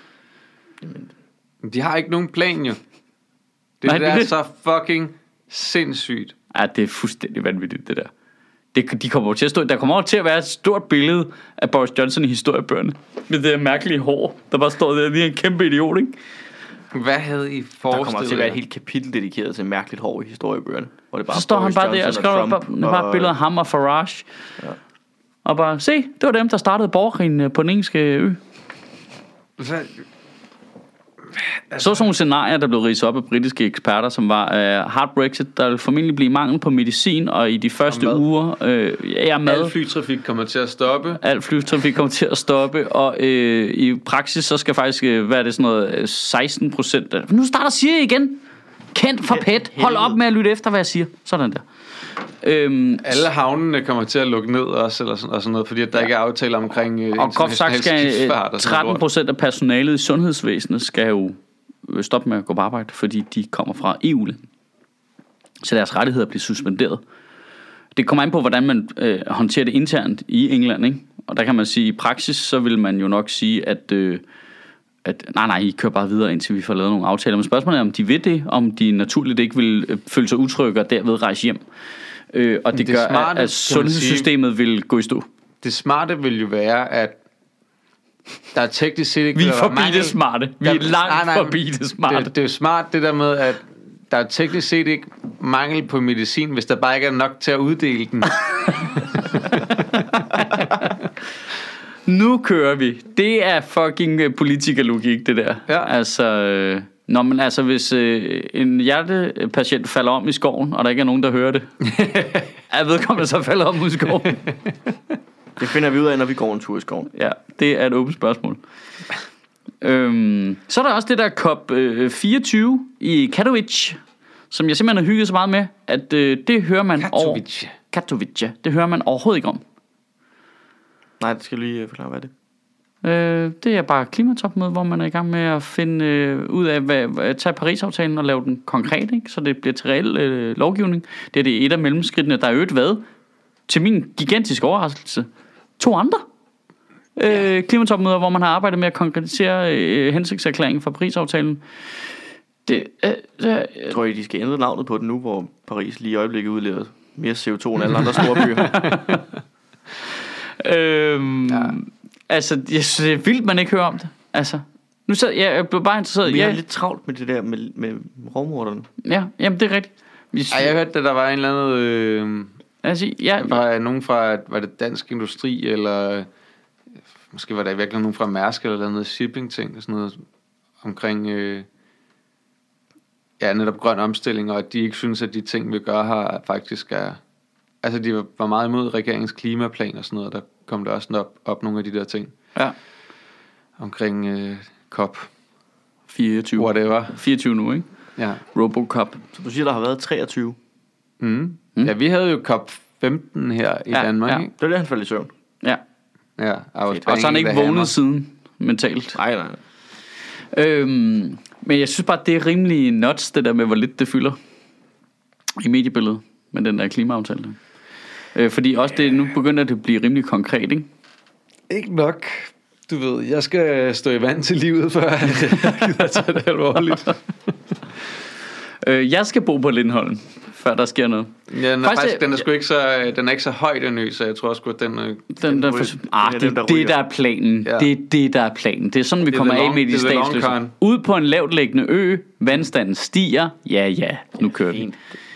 S3: De har ikke nogen plan, jo. Det, det der er så fucking sindssygt.
S1: Ja, det er fuldstændig vanvittigt, det der. Det, de kommer til at stå, der kommer til at være et stort billede af Boris Johnson i historiebøgerne med det mærkelige hår, der bare står der, lige en kæmpe idiot, ikke?
S3: Hvad havde I forestillet?
S2: Der kommer til at være et helt kapitel dedikeret til mærkeligt hår i historiebøgerne, hvor det bare
S1: så står
S2: Boris
S1: han bare
S2: Johnson
S1: der og skriver bare, og... bare et billede af ham og Farage, ja. Og bare, se, det var dem, der startede borgerkrigen på den engelske ø. Så... Altså, så sådan nogle scenarier, der blev ridset op af britiske eksperter, som var uh, hard Brexit, der vil formentlig blive mangel på medicin, og i de første uger uh, ja, mad.
S3: Al flytrafik kommer til at stoppe.
S1: Al flytrafik kommer til at stoppe, og uh, i praksis så skal faktisk, uh, hvad er det, sådan noget, seksten procent. Nu starter Siri igen. Kendt for pet. Hold op med at lytte efter, hvad jeg siger. Sådan der.
S3: Øhm, Alle havnene kommer til at lukke ned også, eller sådan, og sådan noget, fordi at der ja. ikke er aftaler omkring uh,
S1: og groft sagt skal tretten procent af personalet i sundhedsvæsenet skal jo stoppe med at gå på arbejde, fordi de kommer fra E U-land. Så deres rettigheder bliver suspenderet. Det kommer an på, hvordan man øh, håndterer det internt i England, ikke? Og der kan man sige, i praksis, så vil man jo nok sige, at, øh, at nej, nej, I kører bare videre, indtil vi får lavet nogle aftaler. Men spørgsmålet er, om de ved det, om de naturligt ikke vil øh, føle sig utrygge og derved rejse hjem. Øh, og det, det gør, smarte, at, at sundhedssystemet sige, vil gå i stå.
S3: Det smarte vil jo være, at der er teknisk set ikke...
S1: Vi er forbi mangel, det smarte. Vi er langt nej, nej, forbi det smarte.
S3: Det, det er jo smart det der med, at der er teknisk set ikke mangel på medicin, hvis der bare ikke er nok til at uddele den.
S1: Nu kører vi. Det er fucking politikerlogik, det der. Ja. Altså... Øh, Nå, men altså, hvis øh, en hjertepatient falder om i skoven, og der ikke er nogen, der hører det, er vedkommende så falder om i skoven?
S2: Det finder vi ud af, når vi går en tur i skoven.
S1: Ja, det er et åbent spørgsmål. øhm, så er der også det der COP øh, fireogtyve i Katowice, som jeg simpelthen har hygget så meget med, at øh, det hører man over...
S3: Katowice.
S1: Katowice. Det hører man overhovedet ikke om.
S2: Nej, det skal lige forklare, hvad er det?
S1: Øh, det er bare klimatopmøde, hvor man er i gang med at finde øh, ud af, hvad, hvad, tage Paris-aftalen og lave den konkret, ikke? Så det bliver til reel øh, lovgivning. Det er det et af mellemskridtene, der er øget hvad? Til min gigantiske overraskelse. To andre øh, klimatopmøder, hvor man har arbejdet med at konkretisere øh, hensigtserklæringen fra Paris-aftalen. Det, øh, øh,
S2: Tror I, de skal ændre navnet på den nu, hvor Paris lige i øjeblikket udleder mere C O to end alle andre store byer?
S1: øhm, ja. Altså, jeg synes, det er vildt, man ikke hører om det. Altså, nu så jeg, jeg blev bare interesseret.
S2: Vi
S1: er
S2: ja. lidt travlt med det der med, med rovmorderne.
S1: Ja, jamen det er rigtigt.
S3: Hvis, Ej, jeg hørte, at der var en eller anden... Øh,
S1: altså, ja,
S3: var nogen fra, var det Dansk Industri, eller måske var der virkelig nogen fra Mærsk, eller noget shipping-ting, sådan noget omkring... Øh, ja, netop grøn omstilling, og at de ikke synes, at de ting, vi gør her, faktisk er... Altså, de var meget imod regeringens klimaplan og sådan noget, der kom der også op, op nogle af de der ting.
S1: Ja.
S3: Omkring øh, COP
S1: fireogtyve.
S3: Whatever.
S1: fireogtyve nu, ikke?
S3: Ja.
S1: RoboCop.
S2: Så du siger, der har været treogtyve?
S3: Mm. Mm. Ja, vi havde jo COP femten her i
S1: ja,
S3: Danmark,
S1: ja.
S3: ikke?
S2: Det var det, han faldt i søvn.
S1: Ja.
S3: Ja.
S1: Og så har han ikke vågnet siden mentalt.
S2: Nej, nej, nej.
S1: Øhm, men jeg synes bare, det er rimelig nuts, det der med, hvor lidt det fylder i mediebilledet med den der klimaaftale. Øh, fordi også det, nu begynder det at blive rimelig konkret, ikke?
S3: Ikke nok. du ved, jeg skal stå i vand til livet, før jeg gider tage det alvorligt.
S1: øh, jeg skal bo på Lindholm, før der sker noget.
S3: Ja, den er faktisk, faktisk den er sgu ikke så, den er ikke så højt en ø, så jeg tror sgu, at den... den,
S1: den der, for, ah, det, det, der det der er planen. Ja. Det er det, der er planen. Det er sådan, vi kommer long, af med de statsløse. Ud på en lavtliggende ø, vandstanden stiger. Ja, ja, nu kører vi.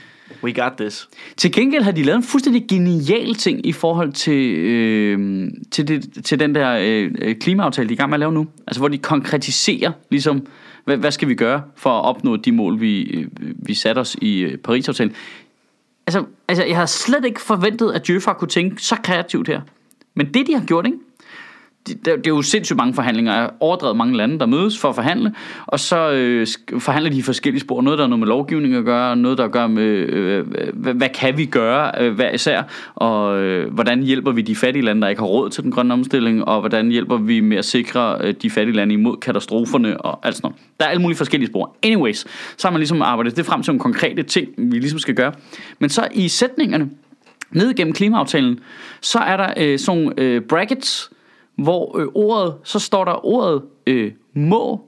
S2: We got this.
S1: Til gengæld har de lavet en fuldstændig genial ting i forhold til, øh, til, det, til den der øh, klimaaftale, de er i gang med at lave nu. Altså hvor de konkretiserer, ligesom, hvad, hvad skal vi gøre for at opnå de mål, vi, øh, vi satte os i øh, Paris-aftalen. Altså, altså, jeg havde slet ikke forventet, at Djøfar kunne tænke så kreativt her. Men det, de har gjort, ikke? Det, det er jo sindssygt mange forhandlinger. Jeg har overdrevet mange lande, der mødes for at forhandle. Og så øh, forhandler de forskellige spor. Noget, der har noget med lovgivning at gøre. Noget, der gør med, øh, hvad, hvad kan vi gøre øh, hver især. Og øh, hvordan hjælper vi de fattige lande, der ikke har råd til den grønne omstilling. Og hvordan hjælper vi med at sikre øh, de fattige lande imod katastroferne. Og alt sådan noget. Der er alle mulige forskellige spor. Anyways, så har man ligesom arbejdet det frem til nogle konkrete ting, vi ligesom skal gøre. Men så i sætningerne, ned gennem klimaaftalen, så er der øh, sådan nogle øh, brackets, hvor øh, ordet, så står der ordet øh, må,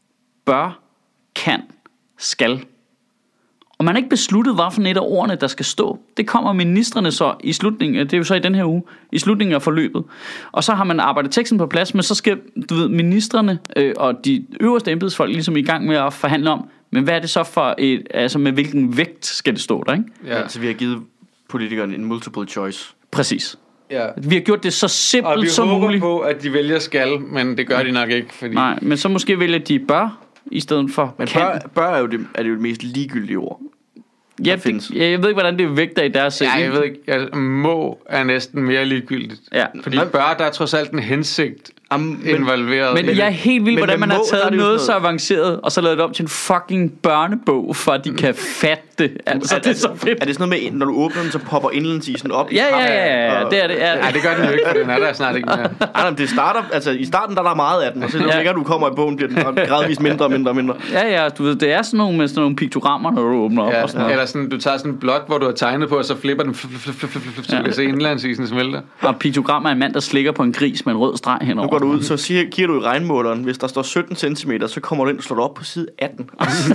S1: bør, kan, skal. Og man har ikke besluttet, hvad for et af ordene, der skal stå. Det kommer ministrene så i slutningen, det er jo så i den her uge, i slutningen af forløbet. Og så har man arbejdet teksten på plads, men så skal, du ved, ministrene øh, og de øverste embedsfolk ligesom i gang med at forhandle om, men hvad er det så for et, altså med hvilken vægt skal det stå der, ikke?
S2: Ja, altså vi har givet politikerne en multiple choice.
S1: Præcis.
S3: Ja.
S1: Vi har gjort det så simpelt som muligt.
S3: Og vi håber på, at de vælger skal, men det gør de nok ikke. Fordi...
S1: Nej, men så måske vælger de bør i stedet for
S2: men
S1: kan.
S2: Bør, bør er, jo det, er det jo det mest ligegyldige ord.
S1: Ja, det, jeg ved ikke, hvordan det vægter i deres
S3: ja, jeg ved ikke, altså, må er næsten mere ligegyldigt. Ja. Fordi bør, der er trods alt en hensigt um, involveret.
S1: Men, men jeg er helt vild, hvordan man har taget noget, noget så avanceret, og så lavet det om til en fucking børnebog, for at de kan fatte det. Altså,
S2: er,
S1: det er så fedt.
S2: Er det sådan noget med, når du åbner den, så popper indlandsisen op i
S1: ja, ja, ja, ja,
S2: og,
S1: det er det. Ja.
S3: Nej, det gør den jo ikke, for den er der snart ikke mere.
S2: Ej, det starter, altså i starten der er der meget af den, og så jo længere du kommer i bogen, bliver den gradvist mindre og mindre og mindre.
S1: Ja, ja, du ved, det er sådan nogle med sådan nogle piktogrammer, når du åbner op.
S3: Ja,
S1: og sådan
S3: eller sådan, du tager sådan en blok, hvor du har tegnet på, og så flipper den, så du kan se indlandsisen smelter.
S1: Og piktogrammer er en mand, der slikker på en gris med en rød streg henover.
S2: Nu går du ud, så siger, giver du i regnmåleren, hvis der står sytten centimeter, så kommer du ind og slår det op på side atten.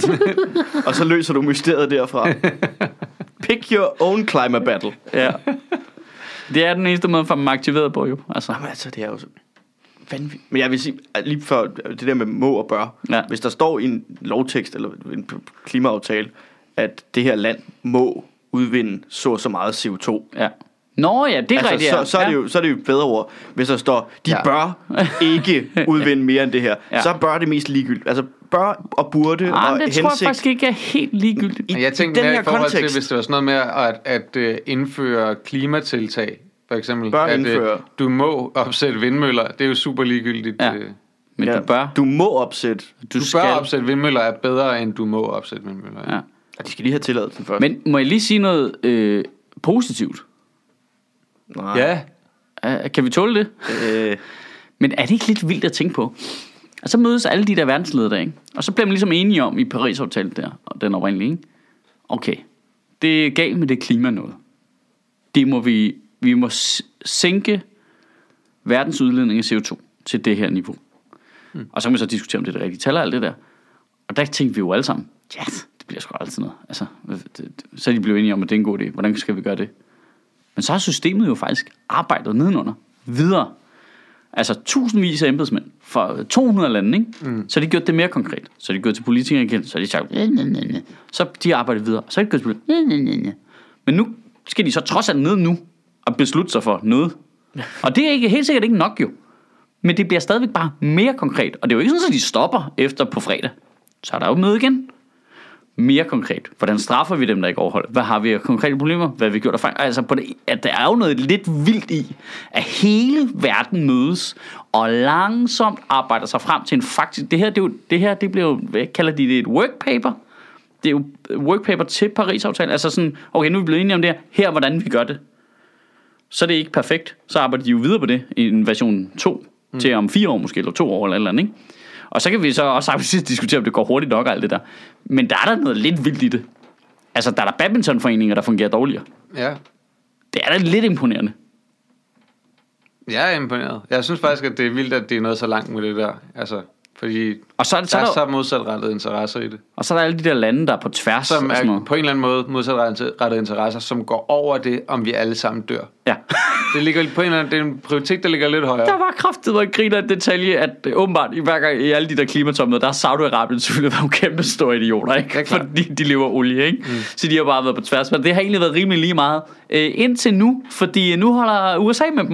S2: Og så løser du mysteriet derfra. Pick your own climate battle.
S1: Ja. Det er den eneste måde for at man aktiveret på, jo.
S2: Altså. Jamen altså, det er jo så vanvittigt. Men jeg vil sige, lige for det der med må og bør. Ja. Hvis der står i en lovtekst eller en klimaaftale, at det her land må udvinde så så meget C O to.
S1: Ja. Nå ja, det er
S2: altså,
S1: rigtigt.
S2: Så, så, er det jo, så er det jo bedre ord, hvis der står, de ja. bør ikke udvinde mere end det her. Ja. Så bør det mest ligegyldigt. Altså bør og burde
S1: ah,
S2: og
S1: det
S2: hensigt.
S1: tror jeg faktisk ikke er helt ligegyldigt.
S3: I, jeg tænkte mere i forhold kontekst. til, hvis det var sådan noget med at, at, at indføre klimatiltag. For eksempel,
S2: bør
S3: at
S2: indføre.
S3: du må opsætte vindmøller. Det er jo super ligegyldigt.
S1: Ja. Men ja. du bør.
S2: Du må opsætte.
S3: Du, du bør opsætte vindmøller er bedre, end du må opsætte vindmøller.
S2: Ja. Og de skal lige have tilladelsen først.
S1: Men må jeg lige sige noget øh, positivt?
S2: Nej.
S1: Ja. Kan vi tåle det? Øh. Men er det ikke lidt vildt at tænke på? Og så mødes alle de der verdensledere der, ikke? Og så bliver man ligesom enige om i Paris-aftalen der, og den oprindelige, ikke? Okay, det er galt med det klima noget. Det må vi, vi må sænke verdens udledning af C O to til det her niveau. Hmm. Og så kan man så diskutere, om det er det rigtige tal og alt det der. Og der tænkte vi jo alle sammen, ja, det bliver sgu altid noget. Altså, så er de blevet enige om, at det er en god idé. Hvordan skal vi gøre det? Men så har systemet jo faktisk arbejdet nedenunder videre. Altså tusindvis af embedsmænd fra to hundrede lande, ikke? Mm. Så har de gjort det mere konkret. Så har de gået til politikere igen, så har de sagt, næ, næ, næ, næ. Så de arbejdet videre. Så har de gået til politikere, næ, næ, næ. Men nu skal de så trods alt ned nu og beslutte sig for noget. Og det er ikke, helt sikkert ikke nok jo. Men det bliver stadigvæk bare mere konkret. Og det er jo ikke sådan, at de stopper efter på fredag. Så er der jo møde igen. Mere konkret. Hvordan straffer vi dem, der ikke overholder? Hvad har vi af konkrete problemer? Hvad har vi gjort af fejl? Altså, på det, at der er jo noget lidt vildt i, at hele verden mødes og langsomt arbejder sig frem til en faktisk... Det her, det, er jo, det her, det bliver jo... Hvad kalder de det? Et workpaper? Det er jo workpaper til Paris-aftalen. Altså sådan, okay, nu er vi blevet enige om det her. Her, hvordan vi gør det. Så er det ikke perfekt. Så arbejder de jo videre på det i en version to. Mm. Til om fire år måske, eller to år eller eller andet, ikke? Og så kan vi så også diskutere, om det går hurtigt nok og alt det der. Men der er der noget lidt vildt i det. Altså, der er der badmintonforeninger, der fungerer dårligere.
S3: Ja.
S1: Det er da lidt imponerende.
S3: Jeg er imponeret. Jeg synes faktisk, at det er vildt, at det er noget så langt med det der. Altså, fordi
S1: og så er, det, så
S3: der er
S1: der,
S3: så modsatrettede interesser i det.
S1: Og så er der alle de der lande, der er på tværs.
S3: Som er på en eller anden måde modsatrettede interesser, som går over det, om vi alle sammen dør.
S1: Ja.
S3: Det ligger på en eller anden, det er en prioritet, der ligger lidt højere.
S1: Der var kraftigt og griner en detalje, at uh, åbenbart i hver gang i alle de der klimatopmøder, der er Saudi-Arabien selvfølgelig været nogle kæmpe store idioter, ikke? Fordi de lever olie, ikke? Mm. Så de har bare været på tværs. Men det har egentlig været rimelig lige meget uh, indtil nu, fordi nu holder U S A med dem.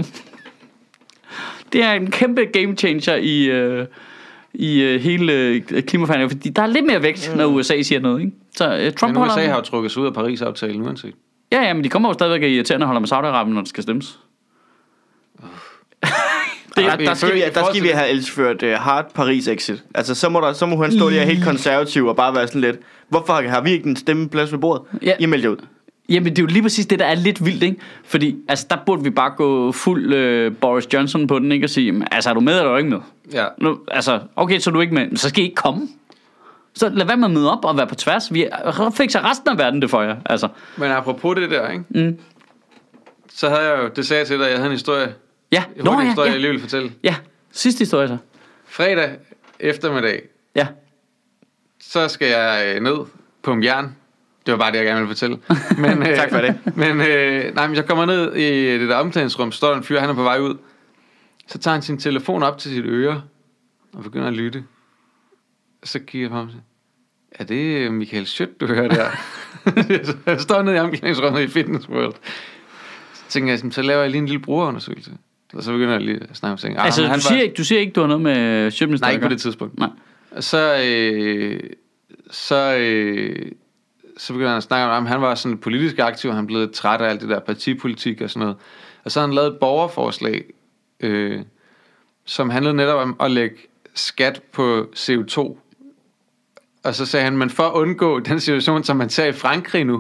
S1: Det er en kæmpe game changer i... Uh, i uh, hele uh, klimaforhandlingen, fordi der er lidt mere vægt, når U S A siger noget, ikke? Så uh, Trump
S3: men U S A har jo trukket sig ud af Paris-aftalen uanset.
S1: Ja, ja, men de kommer jo stadigvæk i irriterende at holde med Saudi-Arabien, når det skal stemmes.
S2: Uh. det, der, der, skal vi, der skal vi have elført uh, hard Paris-exit. Altså, så må, der, så må han stå der helt konservativ og bare være sådan lidt, hvorfor har vi ikke en stemmeplads ved bordet? Ja. I melder ud.
S1: Jamen, det er jo lige præcis det, der er lidt vildt, ikke? Fordi, altså, der burde vi bare gå fuld øh, Boris Johnson på den, ikke? Og sige, altså, er du med, eller er du ikke med?
S3: Ja.
S1: Nu, altså, okay, så er du ikke med, så skal I ikke komme. Så lad være med at møde op og være på tværs. Vi fikser resten af verden det for jer, altså.
S3: Men apropos det der, ikke?
S1: Mm.
S3: Så havde jeg jo, det sagde jeg til dig, jeg havde en historie.
S1: Ja,
S3: en Nå, ja, historie,
S1: ja.
S3: jeg lige ville fortælle.
S1: Ja, sidste historie så.
S3: Fredag eftermiddag.
S1: Ja.
S3: Så skal jeg ned på en jern. Det var bare det, jeg gerne ville fortælle. Men, øh,
S2: tak for det.
S3: Men, øh, nej, men jeg kommer ned i det der omklædningsrum, står der en fyr, han er på vej ud. Så tager han sin telefon op til sit øre og begynder at lytte. Så kigger jeg på ham og siger, er det Michael Schødt, du hører der? Jeg står nede i omklædningsrummet i Fitness World. Så tænker jeg, så laver jeg lige en lille brugerundersøgelse. Og så begynder jeg lige at snakke om ting.
S1: Altså, du, siger var... ikke, du siger ikke, du har noget med Schødt?
S3: Nej, ikke på det tidspunkt.
S1: Nej.
S3: Så, øh, så, øh, så begynder han at snakke om, at han var sådan politisk aktiv, og han blev træt af alt det der partipolitik og sådan noget. Og så har han lavet et borgerforslag, øh, som handlede netop om at lægge skat på C O to. Og så sagde han, men for at undgå den situation, som man ser i Frankrig nu,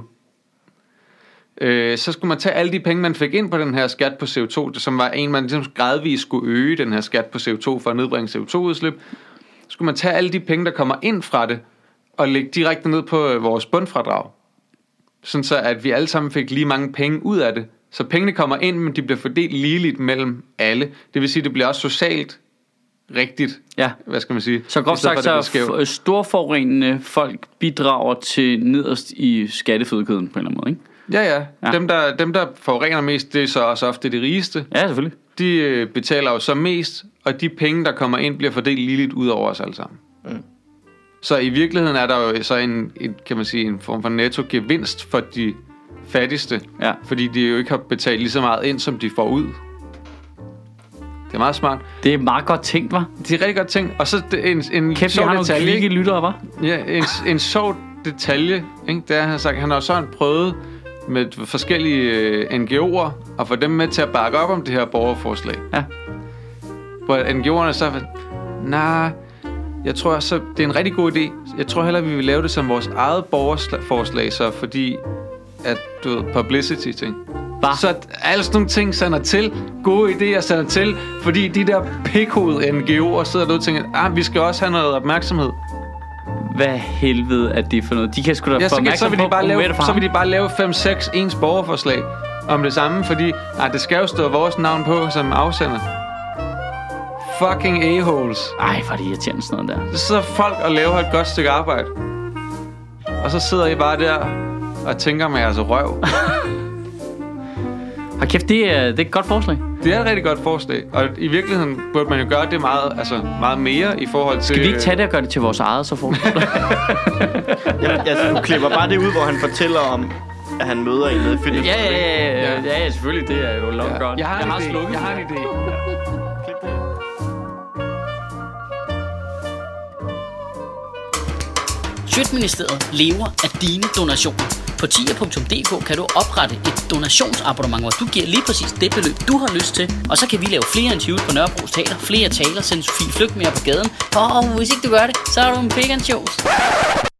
S3: øh, så skulle man tage alle de penge, man fik ind på den her skat på C O to, som var en, man ligesom gradvist skulle øge den her skat på C O to for at nedbringe C O to udslip. Så skulle man tage alle de penge, der kommer ind fra det, og lægge direkte ned på vores bundfradrag. Sådan så, at vi alle sammen fik lige mange penge ud af det. Så pengene kommer ind, men de bliver fordelt ligeligt mellem alle. Det vil sige, det bliver også socialt rigtigt.
S1: Ja.
S3: Hvad skal man sige?
S1: Så groft sagt, så storforurenende folk bidrager til nederst i skattefødekæden på en eller anden måde, ikke?
S3: Ja, ja. ja. Dem, der, dem, der forurener mest, det er så også ofte de rigeste.
S1: Ja, selvfølgelig.
S3: De øh, betaler jo så mest, og de penge, der kommer ind, bliver fordelt ligeligt ud over os alle sammen. Mm. Så i virkeligheden er der jo så en, en, kan man sige, en form for netto-gevinst for de fattigste.
S1: Ja.
S3: Fordi de jo ikke har betalt lige så meget ind, som de får ud. Det er meget smart.
S1: Det er meget godt tænkt, hva'?
S3: Det er rigtig godt tænkt. Og så en, en
S1: Kæft,
S3: sjov
S1: har
S3: detalje.
S1: Kæft, lyttere, hva'?
S3: Ja, en, en sjov detalje, ikke? Det er, han har sagt, han har sådan prøvet med forskellige øh, N G O'er at få dem med til at bakke op om det her borgerforslag.
S1: Ja.
S3: Hvor N G O'erne så nej, jeg tror så det er en rigtig god idé. Jeg tror hellere, vi vil lave det som vores eget borgerforslag, så fordi at du ved, publicity ting. Bare. Så alle sådan nogle ting sender til, gode idéer sender til, fordi de der pikhovede N G O'er sidder derude og tænker, ah, vi skal også have noget opmærksomhed.
S1: Hvad helvede er det for noget? De kan sgu da
S3: ja,
S1: få opmærksomhed
S3: så, så, vil de bare lave,
S1: så
S3: vil de bare lave fem seks ens borgerforslag om det samme, fordi ah, det skal jo stå vores navn på som afsender. Fucking a-holes.
S1: Ej, hvor er det irriterende sådan noget der.
S3: Så sidder folk og laver et godt stykke arbejde, og så sidder I bare der og tænker med jeres røv.
S1: Hold kæft, det er, det er et godt forslag.
S3: Det er et rigtig godt forslag. Og i virkeligheden burde man jo gøre det meget, altså meget mere i forhold til...
S1: Skal vi ikke tage det og gøre det til vores eget, så foreslår det?
S2: ja, altså, du klipper bare det ud, hvor han fortæller om, at han møder en nede i fitness.
S1: Ja, ja, ja, ja, ja, ja, selvfølgelig. Det er jo langt ja. godt.
S3: Jeg har, jeg har slukket. Jeg har en idé.
S4: Sjøtministeriet lever af dine donationer. På tier punktum d k kan du oprette et donationsabonnement, hvor du giver lige præcis det beløb, du har lyst til. Og så kan vi lave flere interviews på Nørrebros Teater, flere taler, sende Sofie Flygt mere på gaden. Og hvis ikke du gør det, så er du en pig and shows.